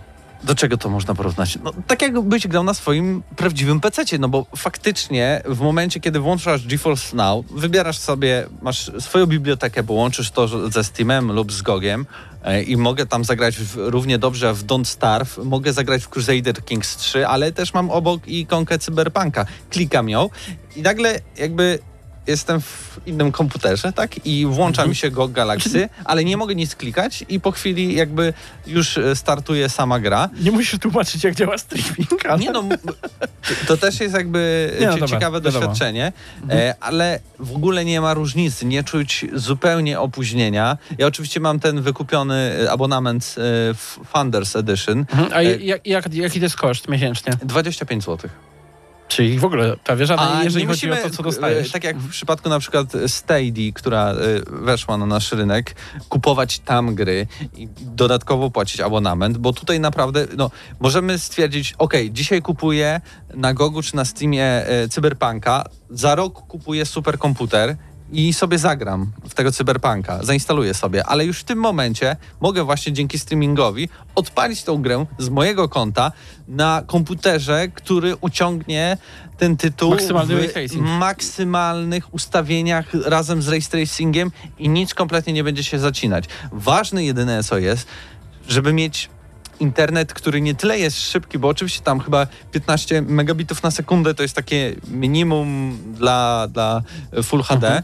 Do czego to można porównać? No, tak jakbyś grał na swoim prawdziwym pececie, no bo faktycznie w momencie, kiedy włączasz GeForce Now, wybierasz sobie, masz swoją bibliotekę, bo łączysz to ze Steamem lub z Gogiem e, i mogę tam zagrać w, równie dobrze w Don't Starve, mogę zagrać w Crusader Kings trzy, ale też mam obok ikonkę Cyberpunka. Klikam ją i nagle jakby jestem w innym komputerze, tak? I włącza mi się Go Galaxy, ale nie mogę nic klikać i po chwili jakby już e, startuje sama gra. Nie musisz tłumaczyć, jak działa streaming, ale... Nie no, m- to też jest jakby Nie, no cie- dobra, ciekawe wiadomo. doświadczenie, e, ale w ogóle nie ma różnicy, nie czuć zupełnie opóźnienia. Ja oczywiście mam ten wykupiony e, abonament e, w Founders Edition, Mhm. A e, jak, jak, jaki to jest koszt miesięcznie? dwadzieścia pięć złotych. Czyli w ogóle prawie żaden, A jeżeli nie chodzi musimy, o to, co e, dostajesz. tak jak w przypadku na przykład Stadia, która e, weszła na nasz rynek, kupować tam gry i dodatkowo płacić abonament, bo tutaj naprawdę no, możemy stwierdzić, ok, dzisiaj kupuję na Gogu czy na Steamie e, Cyberpunka, za rok kupuję superkomputer i sobie zagram w tego Cyberpunka, zainstaluję sobie, ale już w tym momencie mogę właśnie dzięki streamingowi odpalić tą grę z mojego konta na komputerze, który uciągnie ten tytuł Maksymalny w ray tracing. maksymalnych ustawieniach razem z ray tracingiem i nic kompletnie nie będzie się zacinać. Ważne jedyne co jest, żeby mieć internet, który nie tyle jest szybki, bo oczywiście tam chyba piętnaście megabitów na sekundę to jest takie minimum dla, dla Full H D, Mhm.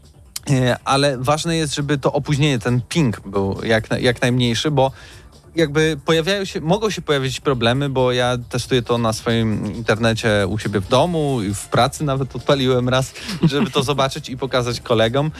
E, ale ważne jest, żeby to opóźnienie, ten ping był jak, na- jak najmniejszy, bo jakby pojawiają się, mogą się pojawić problemy, bo ja testuję to na swoim internecie u siebie w domu i w pracy nawet odpaliłem raz, żeby to zobaczyć i pokazać kolegom.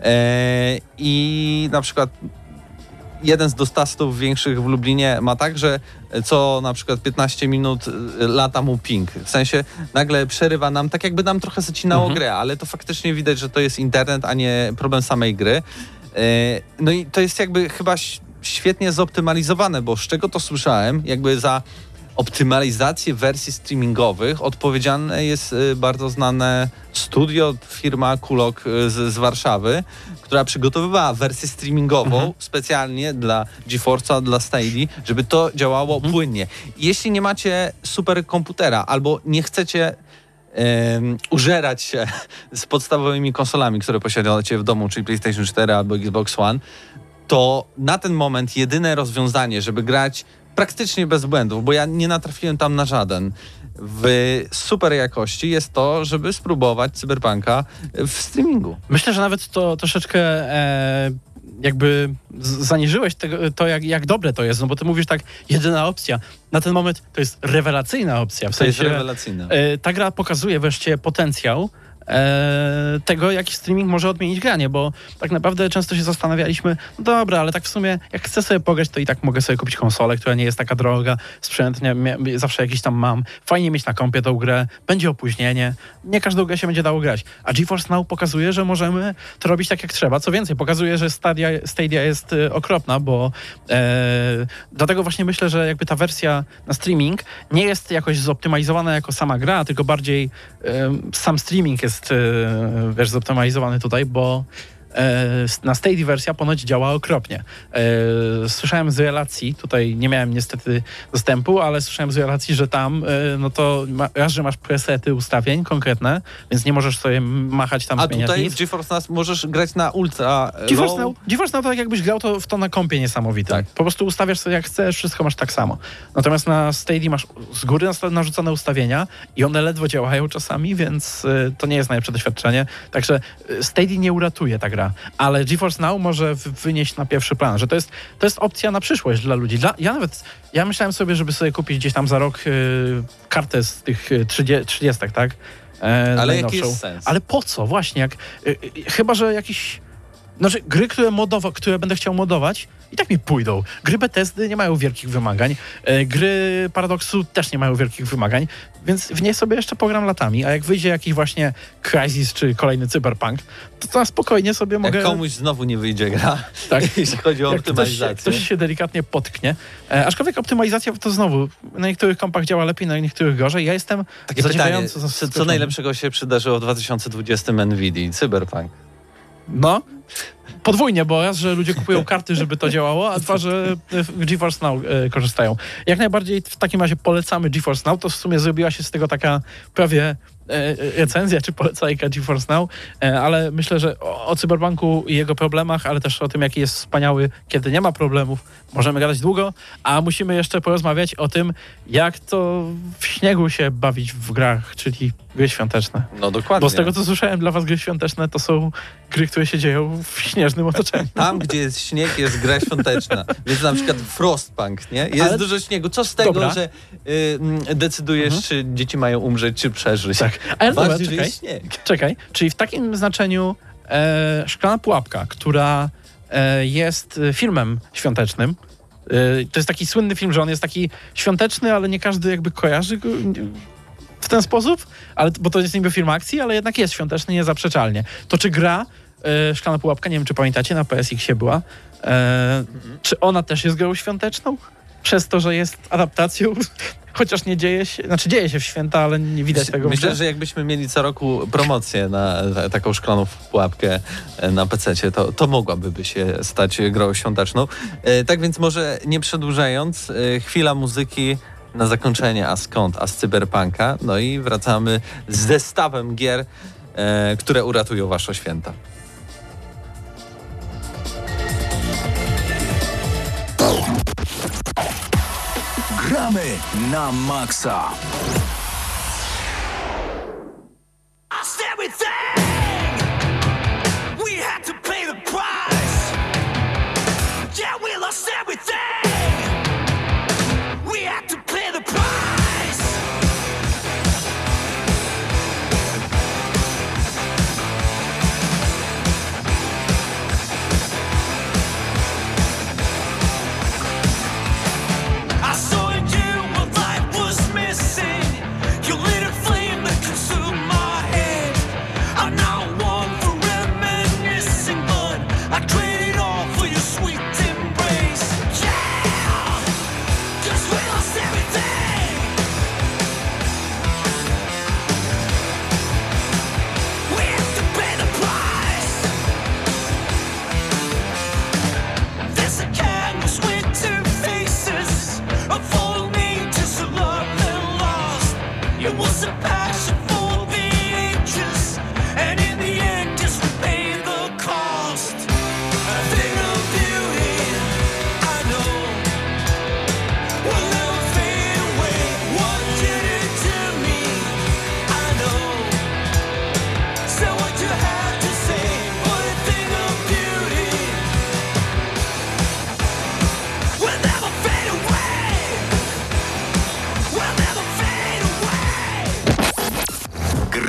E, I na przykład jeden z dostawców większych w Lublinie ma tak, że co na przykład piętnaście minut y, lata mu ping. W sensie nagle przerywa nam, tak jakby nam trochę zacinało Mhm. grę, ale to faktycznie widać, że to jest internet, a nie problem samej gry. E, No i to jest jakby chyba ś- świetnie zoptymalizowane, bo z czego to słyszałem, jakby za optymalizację wersji streamingowych odpowiedzialne jest y, bardzo znane studio, firma Kulok y, z, z Warszawy, która przygotowywała wersję streamingową Mhm. specjalnie dla GeForce'a, dla Stadia, żeby to działało Mhm. płynnie. Jeśli nie macie superkomputera albo nie chcecie em, użerać się z podstawowymi konsolami, które posiadacie w domu, czyli PlayStation cztery albo Xbox One, to na ten moment jedyne rozwiązanie, żeby grać praktycznie bez błędów, bo ja nie natrafiłem tam na żaden, w super jakości jest to, żeby spróbować Cyberpunka w streamingu. Myślę, że nawet to troszeczkę e, jakby z- zaniżyłeś tego, to, jak, jak dobre to jest, no bo ty mówisz tak, jedyna opcja. Na ten moment to jest rewelacyjna opcja. W To jest sensie, rewelacyjne. e, ta gra pokazuje wreszcie potencjał e, tego, jaki streaming może odmienić granie, bo tak naprawdę często się zastanawialiśmy, no dobra, ale tak w sumie jak chcę sobie pograć, to i tak mogę sobie kupić konsolę, która nie jest taka droga, sprzęt nie, mia- zawsze jakiś tam mam, fajnie mieć na kompie tą grę, będzie opóźnienie, nie każdą grę się będzie dało grać. A GeForce Now pokazuje, że możemy to robić tak jak trzeba. Co więcej, pokazuje, że Stadia, Stadia jest e, okropna, bo e, dlatego właśnie myślę, że jakby ta wersja na streaming nie jest jakoś zoptymalizowana jako sama gra, tylko bardziej e, sam streaming jest e, wiesz, zoptymalizowany tutaj, bo e, na Stadia wersja ponoć działa okropnie. E, słyszałem z relacji, tutaj nie miałem niestety dostępu, ale słyszałem z relacji, że tam e, no to ma, raz, że masz presety ustawień konkretne, więc nie możesz sobie machać tam, A zmieniać tutaj nic. w GeForce Now możesz grać na ultra GeForce low. Now, GeForce Now to tak jakbyś grał to w to na kompie niesamowitym. Tak. Po prostu ustawiasz sobie jak chcesz, wszystko masz tak samo. Natomiast na Stadia masz z góry nas- narzucone ustawienia i one ledwo działają czasami, więc y, to nie jest najlepsze doświadczenie. Także y, Stadia nie uratuje ta gra, ale GeForce Now może w- wynieść na pierwszy plan, że to jest, to jest opcja na przyszłość dla ludzi. Dla, ja nawet, ja myślałem sobie, żeby sobie kupić gdzieś tam za rok y, kartę z tych y, trzydzieści, tak? E, Ale jaki najnowszą. jest sens? Ale po co? Właśnie, jak, y, y, chyba, że jakiś... Znaczy, gry, które, modowo, które będę chciał modować, i tak mi pójdą. Gry Bethesdy nie mają wielkich wymagań, e, gry Paradoxu też nie mają wielkich wymagań, więc w nie sobie jeszcze pogram latami, a jak wyjdzie jakiś właśnie Crysis czy kolejny Cyberpunk, to, to na spokojnie sobie mogę... Jak komuś znowu nie wyjdzie gra, Tak. jeśli chodzi o Jak ktoś, optymalizację. ktoś się delikatnie potknie. E, aczkolwiek optymalizacja to znowu na niektórych kompach działa lepiej, na niektórych gorzej. Ja jestem Takie pytanie, zadziwiająco co, zaskoczony. co najlepszego się przydarzyło w dwa tysiące dwudziestym Nvidia? Cyberpunk. No, podwójnie, bo raz, że ludzie kupują karty, żeby to działało, a dwa, że w GeForce Now e, korzystają. Jak najbardziej w takim razie polecamy GeForce Now, to w sumie zrobiła się z tego taka prawie e, recenzja czy polecajka GeForce Now, e, ale myślę, że o, o Cyberpunku i jego problemach, ale też o tym, jaki jest wspaniały, kiedy nie ma problemów, możemy gadać długo, a musimy jeszcze porozmawiać o tym, jak to w śniegu się bawić w grach, czyli gry świąteczne. No dokładnie. Bo z tego, co słyszałem, dla was gry świąteczne to są gry, które się dzieją w śnieżnym otoczeniu. Tam, gdzie jest śnieg, jest gra świąteczna. Więc na przykład Frostpunk, nie? Jest Ale- dużo śniegu. Co z tego, Dobra. że y, mm, decydujesz, Mhm. czy dzieci mają umrzeć, czy przeżyć? Tak. Ale dobra, Ważne, że czekaj, jest śnieg. czekaj. Czyli w takim znaczeniu e, Szklana Pułapka, która e, jest e, filmem świątecznym, e, to jest taki słynny film, że on jest taki świąteczny, ale nie każdy jakby kojarzy go w ten sposób, ale, bo to jest niby film akcji, ale jednak jest świąteczny niezaprzeczalnie. To czy gra e, Szklana Pułapka, nie wiem czy pamiętacie, na P S X była, e, czy ona też jest grą świąteczną? Przez to, że jest adaptacją, chociaż nie dzieje się, znaczy dzieje się w święta, ale nie widać tego w Myślę, grze. że jakbyśmy mieli co roku promocję na ta- taką szklaną pułapkę e, na pececie, to, to mogłaby się stać grą świąteczną. E, tak więc może nie przedłużając, e, chwila muzyki na zakończenie, a skąd? A z Cyberpunka. No i wracamy z zestawem gier, e, które uratują wasze święta. Gramy na maksa. lost everything. We had to pay the price. Yeah, we lost everything. We had to pay the price. I saw you when life was missing. You lit a flame that consumed my head. I'm not one for reminiscing, but I traded all for your sweet embrace. Yeah, 'cause we lost everything.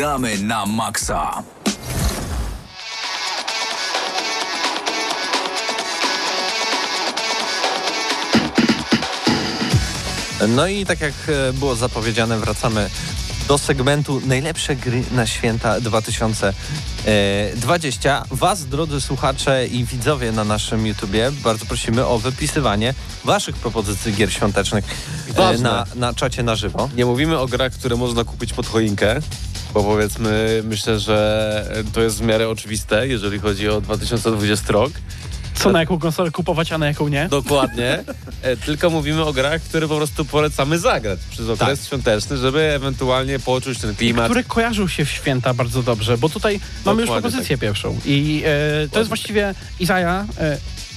Gramy na maksa. No i tak jak e, było zapowiedziane, wracamy do segmentu najlepsze gry na święta dwa tysiące dwudziestego. Was, drodzy słuchacze i widzowie na naszym YouTubie, bardzo prosimy o wypisywanie waszych propozycji gier świątecznych e, Ważne. na, na czacie na żywo. Nie mówimy o grach, które można kupić pod choinkę, bo powiedzmy, myślę, że to jest w miarę oczywiste, jeżeli chodzi o dwa tysiące dwudziesty rok. Co na jaką konsolę kupować, a na jaką nie? Dokładnie. E, tylko mówimy o grach, które po prostu polecamy zagrać przez okres Tak. świąteczny, żeby ewentualnie poczuć ten klimat. Który kojarzył się w święta bardzo dobrze, bo tutaj mamy już Dokładnie propozycję pierwszą. I e, to jest właściwie Izaja e,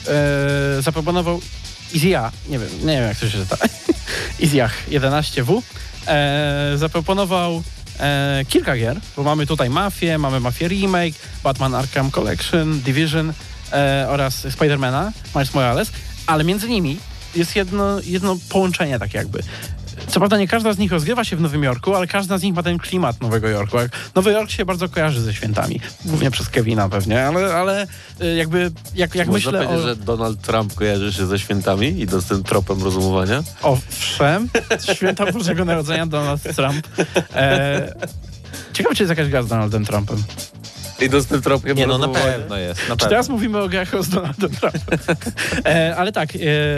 e, zaproponował Izja, nie wiem, nie wiem jak to się czyta. Izjach jedenaście W e, zaproponował e, kilka gier, bo mamy tutaj Mafię, mamy Mafię Remake, Batman Arkham Collection, Division e, oraz Spidermana, Miles Morales, ale między nimi jest jedno, jedno połączenie tak jakby. Co prawda nie każda z nich rozgrywa się w Nowym Jorku, ale każda z nich ma ten klimat Nowego Jorku. Jak Nowy Jork się bardzo kojarzy ze świętami. Głównie przez Kevina pewnie, ale, ale y, jakby jak, jak Można myślę powiedzieć, o... że Donald Trump kojarzy się ze świętami, idąc tym tropem rozumowania. Owszem, święta Bożego Narodzenia Donald Trump. E, ciekawe, czy jest jakaś gra z Donaldem Trumpem. Idąc tym tropem Nie, no na rozumowania. pewno jest. Na Czy pewno. teraz mówimy o grach z Donaldem Trumpem? E, ale tak, e,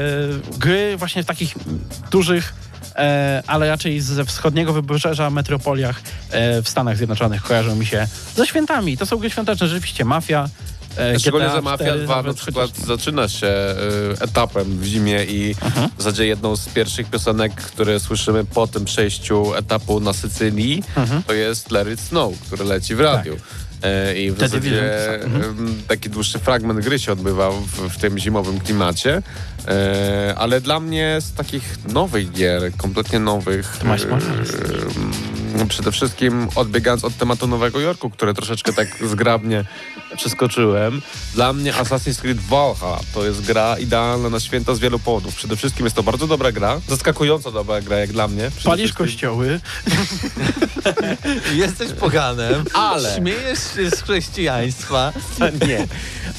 gry właśnie w takich dużych, e, ale raczej ze wschodniego wybrzeża metropoliach e, w Stanach Zjednoczonych kojarzą mi się ze świętami. To są gry świąteczne, rzeczywiście Mafia, e, Szczególnie, G T A że Mafia cztery dwa na nawet przykład chociaż- zaczyna się y, etapem w zimie i Mhm. w zasadzie jedną z pierwszych piosenek, które słyszymy po tym przejściu etapu na Sycylii, Mhm. to jest Let It Snow, który leci w radiu. E, I w The zasadzie Division. Mhm. em, taki dłuższy fragment gry się odbywa w, w tym zimowym klimacie. E, ale dla mnie z takich nowych gier, kompletnie nowych, Miles Morales. em, przede wszystkim odbiegając od tematu Nowego Jorku, które troszeczkę tak zgrabnie przeskoczyłem. Dla mnie Assassin's Creed Valhalla to jest gra idealna na święta z wielu powodów. Przede wszystkim jest to bardzo dobra gra, zaskakująco dobra gra jak dla mnie. Przede Palisz wszystkim- kościoły. Jesteś poganem, Ale- śmiejesz się z chrześcijaństwa. Nie,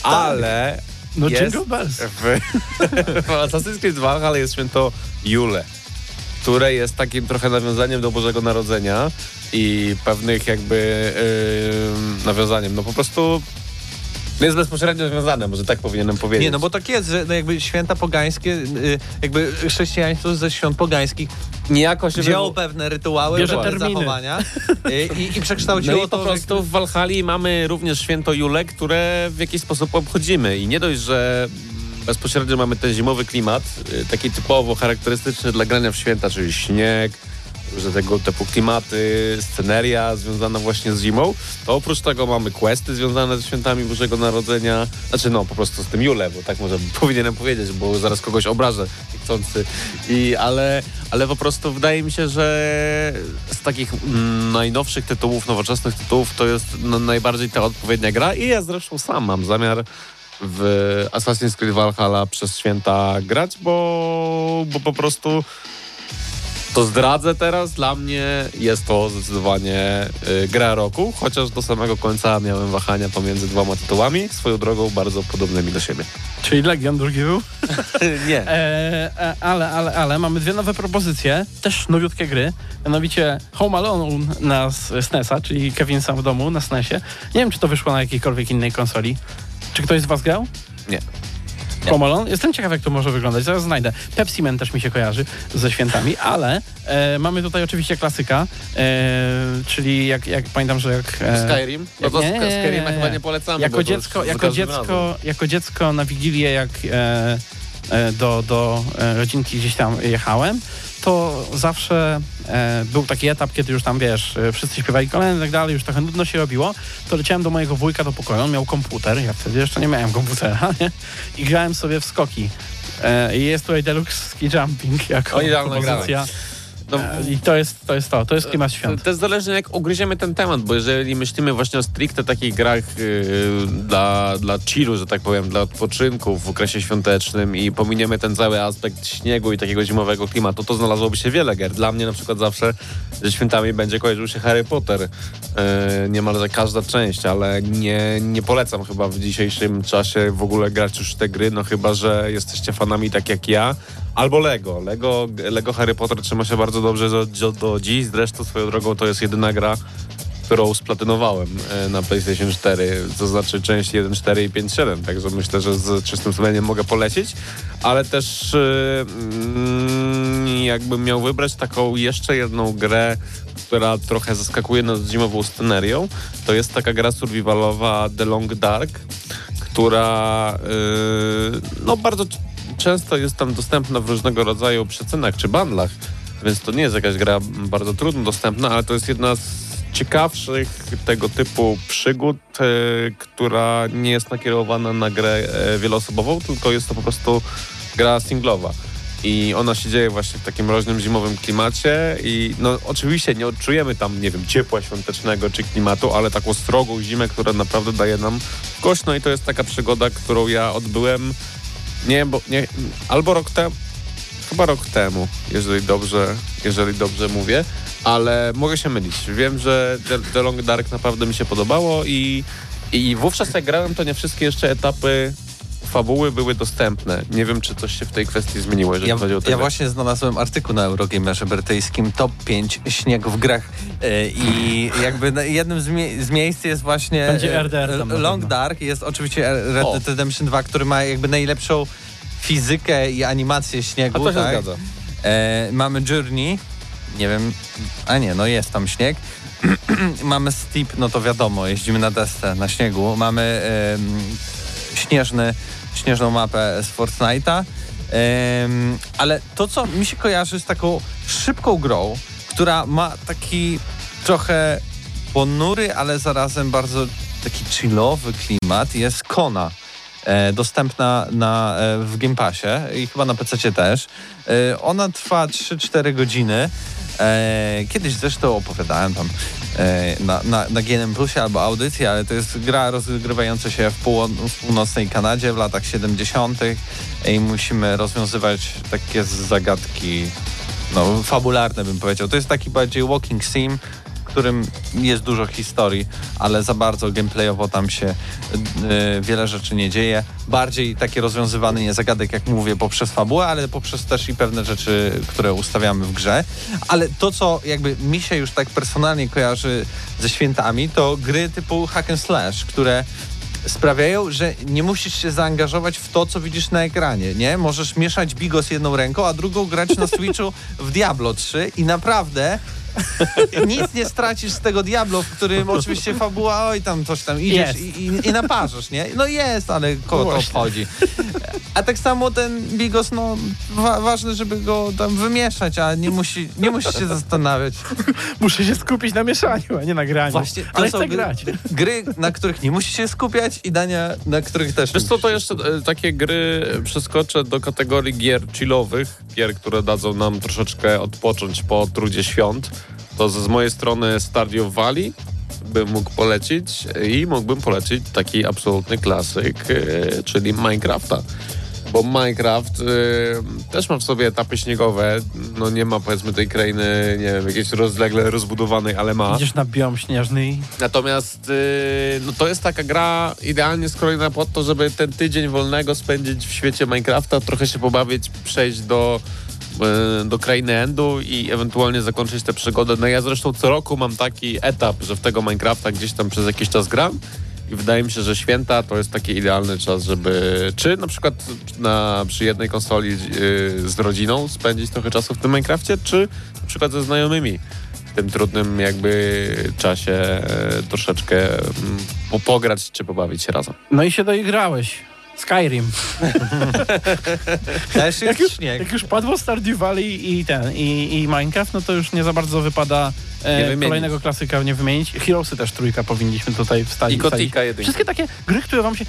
ale No jest Jingle Bells. w, w Assassin's Creed Valhalla jest święto Jule, które jest takim trochę nawiązaniem do Bożego Narodzenia i pewnych jakby yy, nawiązaniem. No po prostu jest bezpośrednio związane, może tak powinienem powiedzieć. Nie, no bo tak jest, że no jakby święta pogańskie, y, jakby chrześcijaństwo ze świąt pogańskich niejako się wzięło wywo- pewne rytuały, Bierze pewne terminy. zachowania y, i, i No przekształciło i po to w prostu w Walhalli mamy również święto Jule, które w jakiś sposób obchodzimy. I nie dość, że bezpośrednio mamy ten zimowy klimat, y, taki typowo charakterystyczny dla grania w święta, czyli śnieg, różne tego typu klimaty, sceneria związana właśnie z zimą, to oprócz tego mamy questy związane ze świętami Bożego Narodzenia, znaczy no po prostu z tym Jule, bo tak może powinienem powiedzieć, bo zaraz kogoś obrażę chcący, I, ale, ale po prostu wydaje mi się, że z takich mm, najnowszych tytułów, nowoczesnych tytułów to jest no, najbardziej ta odpowiednia gra i ja zresztą sam mam zamiar w Assassin's Creed Valhalla przez święta grać, bo, bo po prostu to zdradzę teraz, dla mnie jest to zdecydowanie y, gra roku, chociaż do samego końca miałem wahania pomiędzy dwoma tytułami, swoją drogą bardzo podobnymi do siebie. Czyli Legion drugi był. Nie. E, e, ale, ale, ale mamy dwie nowe propozycje, też nowiutkie gry, mianowicie Home Alone na s- S N E S a, czyli Kevin sam w domu na S N E S ie. Nie wiem, czy to wyszło na jakiejkolwiek innej konsoli. Czy ktoś z was grał? Nie. Home Alone? Jestem ciekaw, jak to może wyglądać. Zaraz znajdę. Pepsi Man też mi się kojarzy ze świętami, ale e, mamy tutaj oczywiście klasyka, e, czyli jak, jak pamiętam, że jak... E, Skyrim? No to nie, nie, nie, nie, Skyrima nie. chyba nie polecamy. Jako bo to dziecko, jest za jako, każdym razem. dziecko, jako dziecko na Wigilię, jak e, e, do, do e, rodzinki gdzieś tam jechałem, to zawsze e, był taki etap, kiedy już tam, wiesz, e, wszyscy śpiewali kolędy i tak dalej, już trochę nudno się robiło, to leciałem do mojego wujka do pokoju, on miał komputer, ja wtedy jeszcze nie miałem komputera, nie? I grałem sobie w skoki. E, I jest tutaj Deluxe Ski Jumping jako O, idealna gra. propozycja. No, I to jest to, jest to, to jest klimat świąt. To jest zależne, jak ugryziemy ten temat, bo jeżeli myślimy właśnie o stricte takich grach yy, dla, dla chillu, że tak powiem, dla odpoczynku w okresie świątecznym i pominiemy ten cały aspekt śniegu i takiego zimowego klimatu, to znalazłoby się wiele gier. Dla mnie na przykład zawsze ze świętami będzie kojarzył się Harry Potter. Yy, niemalże każda część, ale nie, nie polecam chyba w dzisiejszym czasie w ogóle grać już w te gry, no chyba, że jesteście fanami tak jak ja. Albo Lego. Lego. Lego Harry Potter trzyma się bardzo dobrze do, do, do dziś. Zresztą swoją drogą to jest jedyna gra, którą splatynowałem e, na PlayStation cztery, to znaczy część jeden, cztery i pięć, siedem. Także myślę, że z czystym sumieniem mogę polecić. Ale też e, mm, jakbym miał wybrać taką jeszcze jedną grę, która trochę zaskakuje nas zimową scenerią, to jest taka gra survivalowa The Long Dark, która e, no bardzo często jest tam dostępna w różnego rodzaju przecenach czy bundlach, więc to nie jest jakaś gra bardzo trudno dostępna, ale to jest jedna z ciekawszych tego typu przygód, e, która nie jest nakierowana na grę e, wieloosobową, tylko jest to po prostu gra singlowa. I ona się dzieje właśnie w takim mroźnym, zimowym klimacie i no oczywiście nie odczujemy tam, nie wiem, ciepła świątecznego czy klimatu, ale taką strogą zimę, która naprawdę daje nam głośno i to jest taka przygoda, którą ja odbyłem nie, bo nie, albo rok temu, chyba rok temu, jeżeli dobrze, jeżeli dobrze mówię, ale mogę się mylić. Wiem, że The, The Long Dark naprawdę mi się podobało i, i wówczas jak grałem, to nie wszystkie jeszcze etapy fabuły były dostępne. Nie wiem, czy coś się w tej kwestii zmieniło, jeżeli Ja, chodzi o ja tego. właśnie znalazłem artykuł na Eurogamerze brytyjskim top pięć śnieg w grach e, i jakby na jednym z, mie- z miejsc jest właśnie Będzie e, R D R tam na Long pewno. Dark, jest oczywiście Red O. Dead Redemption dwa, który ma jakby najlepszą fizykę i animację śniegu. A to się tak? zgadza. E, mamy Journey, nie wiem, a nie, no jest tam śnieg. Mamy Steep, no to wiadomo, jeździmy na desce, na śniegu. Mamy e, śnieżny, śnieżną mapę z Fortnite'a. Em, ale to, co mi się kojarzy z taką szybką grą, która ma taki trochę ponury, ale zarazem bardzo taki chillowy klimat, jest Kona. E, dostępna na, e, w Game Passie i chyba na pececie też. E, ona trwa trzy cztery godziny. E, kiedyś zresztą opowiadałem tam e, na, na, na G N M Plusie albo audycji, ale to jest gra rozgrywająca się w, pół, w północnej Kanadzie w latach siedemdziesiątych i musimy rozwiązywać takie zagadki no, fabularne, bym powiedział. To jest taki bardziej walking sim, w którym jest dużo historii, ale za bardzo gameplayowo tam się y, wiele rzeczy nie dzieje. Bardziej takie rozwiązywanie nie zagadek, jak mówię, poprzez fabułę, ale poprzez też i pewne rzeczy, które ustawiamy w grze. Ale to, co jakby mi się już tak personalnie kojarzy ze świętami, to gry typu hack and slash, które sprawiają, że nie musisz się zaangażować w to, co widzisz na ekranie, nie? Możesz mieszać bigos jedną ręką, a drugą grać na Switchu w Diablo trzy i naprawdę nic nie stracisz z tego Diablo, w którym oczywiście fabuła, oj tam coś tam idziesz Jest. i, i, i naparzasz, nie? No jest, ale kogo to Właśnie. obchodzi? A tak samo ten bigos, no wa- ważne, żeby go tam wymieszać, a nie musi, nie musi się zastanawiać. Muszę się skupić na mieszaniu, a nie na graniu. Właśnie, to ale są chcę gry, grać. gry, na których nie musisz się skupiać i dania, na których też Wiesz nie co, musisz to się jeszcze e, takie gry przeskoczę do kategorii gier chillowych, gier, które dadzą nam troszeczkę odpocząć po trudzie świąt. To z mojej strony Stardew Valley bym mógł polecić i mógłbym polecić taki absolutny klasyk, e, czyli Minecrafta. Bo Minecraft y, też ma w sobie etapy śniegowe, no nie ma powiedzmy tej krainy, nie wiem, jakiejś rozlegle rozbudowanej, ale ma. Idziesz na biom śnieżny i Natomiast y, no to jest taka gra idealnie skrojona pod to, żeby ten tydzień wolnego spędzić w świecie Minecrafta, trochę się pobawić, przejść do, y, do krainy Endu i ewentualnie zakończyć tę przygodę. No ja zresztą co roku mam taki etap, że w tego Minecrafta gdzieś tam przez jakiś czas gram. I wydaje mi się, że święta to jest taki idealny czas, żeby czy na przykład na, przy jednej konsoli yy, z rodziną spędzić trochę czasu w tym Minecrafcie, czy na przykład ze znajomymi w tym trudnym jakby czasie e, troszeczkę mm, po, pograć czy pobawić się razem. no i się doigrałeś. Skyrim. Też Jak jest już, śnieg. jak już padło Stardew Valley i ten, i, i Minecraft, no to już nie za bardzo wypada Nie e, wymienić. kolejnego klasyka nie wymienić. Heroesy też trójka powinniśmy tutaj wstawić. I Gotika jedynka. Wszystkie takie gry, które wam się...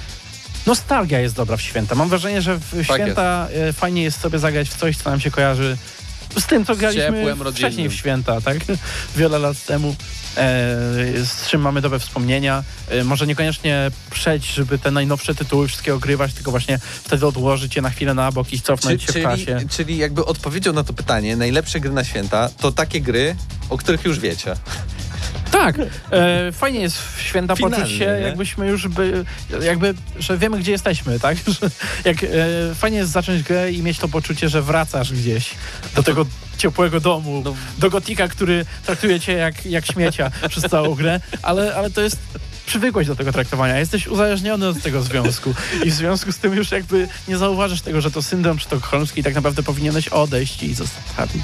Nostalgia jest dobra w święta. Mam wrażenie, że w święta e, fajnie jest sobie zagrać w coś, co nam się kojarzy z tym, co graliśmy ciepłem rodzinnym. wcześniej w święta, tak? Wiele lat temu. E, z czym mamy dobre wspomnienia. E, może niekoniecznie przejść, żeby te najnowsze tytuły wszystkie ogrywać, tylko właśnie wtedy odłożyć je na chwilę na bok i cofnąć się w czyli, czasie. czyli jakby odpowiedzią na to pytanie, najlepsze gry na święta to takie gry, o których już wiecie. Tak, e, fajnie jest w święta Finalnie, poczuć się, nie? jakbyśmy już by, jakby, że wiemy, gdzie jesteśmy, tak? Że jak, e, fajnie jest zacząć grę i mieć to poczucie, że wracasz gdzieś do tego ciepłego domu, No. do Gotika, który traktuje cię jak, jak śmiecia przez całą grę, ale, ale to jest przywykłość do tego traktowania. Jesteś uzależniony od tego związku i w związku z tym już jakby nie zauważysz tego, że to syndrom sztokholmski i tak naprawdę powinieneś odejść i zostawić.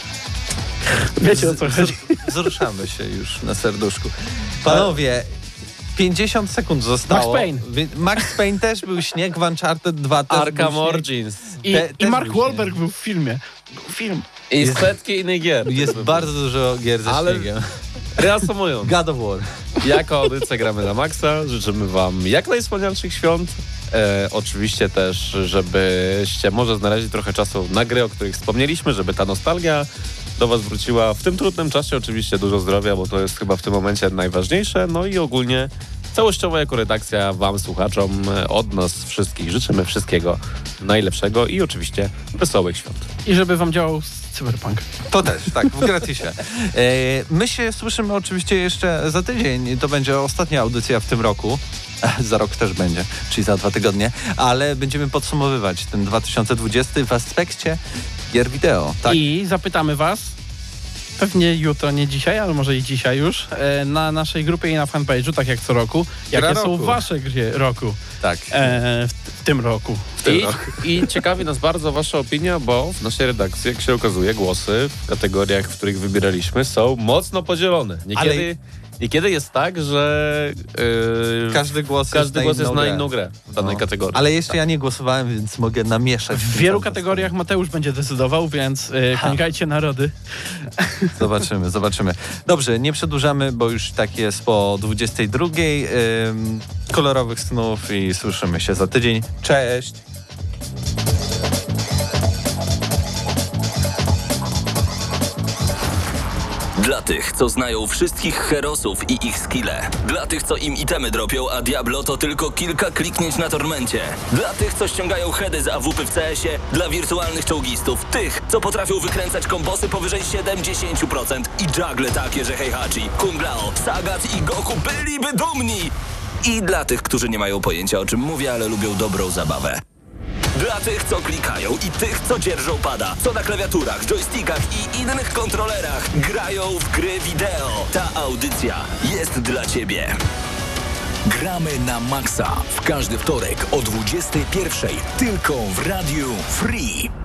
Wiecie, o co Z- chodzi. z- Wzruszamy się już na serduszku. Panowie, pięćdziesiąt sekund zostało. Max Payne. Wy- Max Payne też był śnieg, w Uncharted dwa też Arkham był śnieg. Origins. I, Te- i też Mark był śnieg. Wahlberg był w filmie. Był film. I setki innych gier. Jest bardzo dużo gier ze Ale- śniegiem. Reasumując, God of War. jako audycja Gramy na Maxa życzymy wam jak najwspanialszych świąt. E, oczywiście też, żebyście może znaleźli trochę czasu na gry, o których wspomnieliśmy, żeby ta nostalgia do was wróciła w tym trudnym czasie. Oczywiście dużo zdrowia, bo to jest chyba w tym momencie najważniejsze. No i ogólnie całościowo jako redakcja wam, słuchaczom, e, od nas wszystkich życzymy wszystkiego najlepszego i oczywiście wesołych świąt. I żeby wam działał Cyberpunk. To też, tak, w gratisie. E, my się słyszymy oczywiście jeszcze za tydzień. To będzie ostatnia audycja w tym roku. Za rok też będzie, czyli za dwa tygodnie. Ale będziemy podsumowywać ten dwa tysiące dwudziesty w aspekcie gier wideo. Tak? I zapytamy was, pewnie jutro, nie dzisiaj, ale może i dzisiaj już, e, na naszej grupie i na fanpage'u, tak jak co roku, jakie Gra są roku. wasze gry roku Tak. e, w, w tym roku. I, I ciekawi nas bardzo wasza opinia, bo w naszej redakcji, jak się okazuje, głosy w kategoriach, w których wybieraliśmy, są mocno podzielone. Niekiedy, niekiedy jest tak, że yy, Każdy głos każdy jest, głos na, jest inną na grę. inną grę w danej No. kategorii. Ale jeszcze ja nie głosowałem, więc mogę namieszać. W wielu kategoriach Mateusz będzie decydował, więc e, konikajcie narody. Zobaczymy, zobaczymy. Dobrze, nie przedłużamy, bo już tak jest po dwudziestej drugiej. Ym, kolorowych snów i słyszymy się za tydzień. Cześć! Dla tych, co znają wszystkich herosów i ich skille. Dla tych, co im itemy dropią, a Diablo to tylko kilka kliknięć na tormencie. Dla tych, co ściągają heady z A W P w C S ie. Dla wirtualnych czołgistów. Tych, co potrafią wykręcać kombosy powyżej siedemdziesiąt procent. I juggle takie, że Heihachi, Kung Lao, Sagat i Goku byliby dumni. I dla tych, którzy nie mają pojęcia, o czym mówię, ale lubią dobrą zabawę. Dla tych, co klikają i tych, co dzierżą pada, co na klawiaturach, joystickach i innych kontrolerach grają w gry wideo. Ta audycja jest dla ciebie. Gramy na Maxa w każdy wtorek o dwudziestej pierwszej tylko w Radiu Free.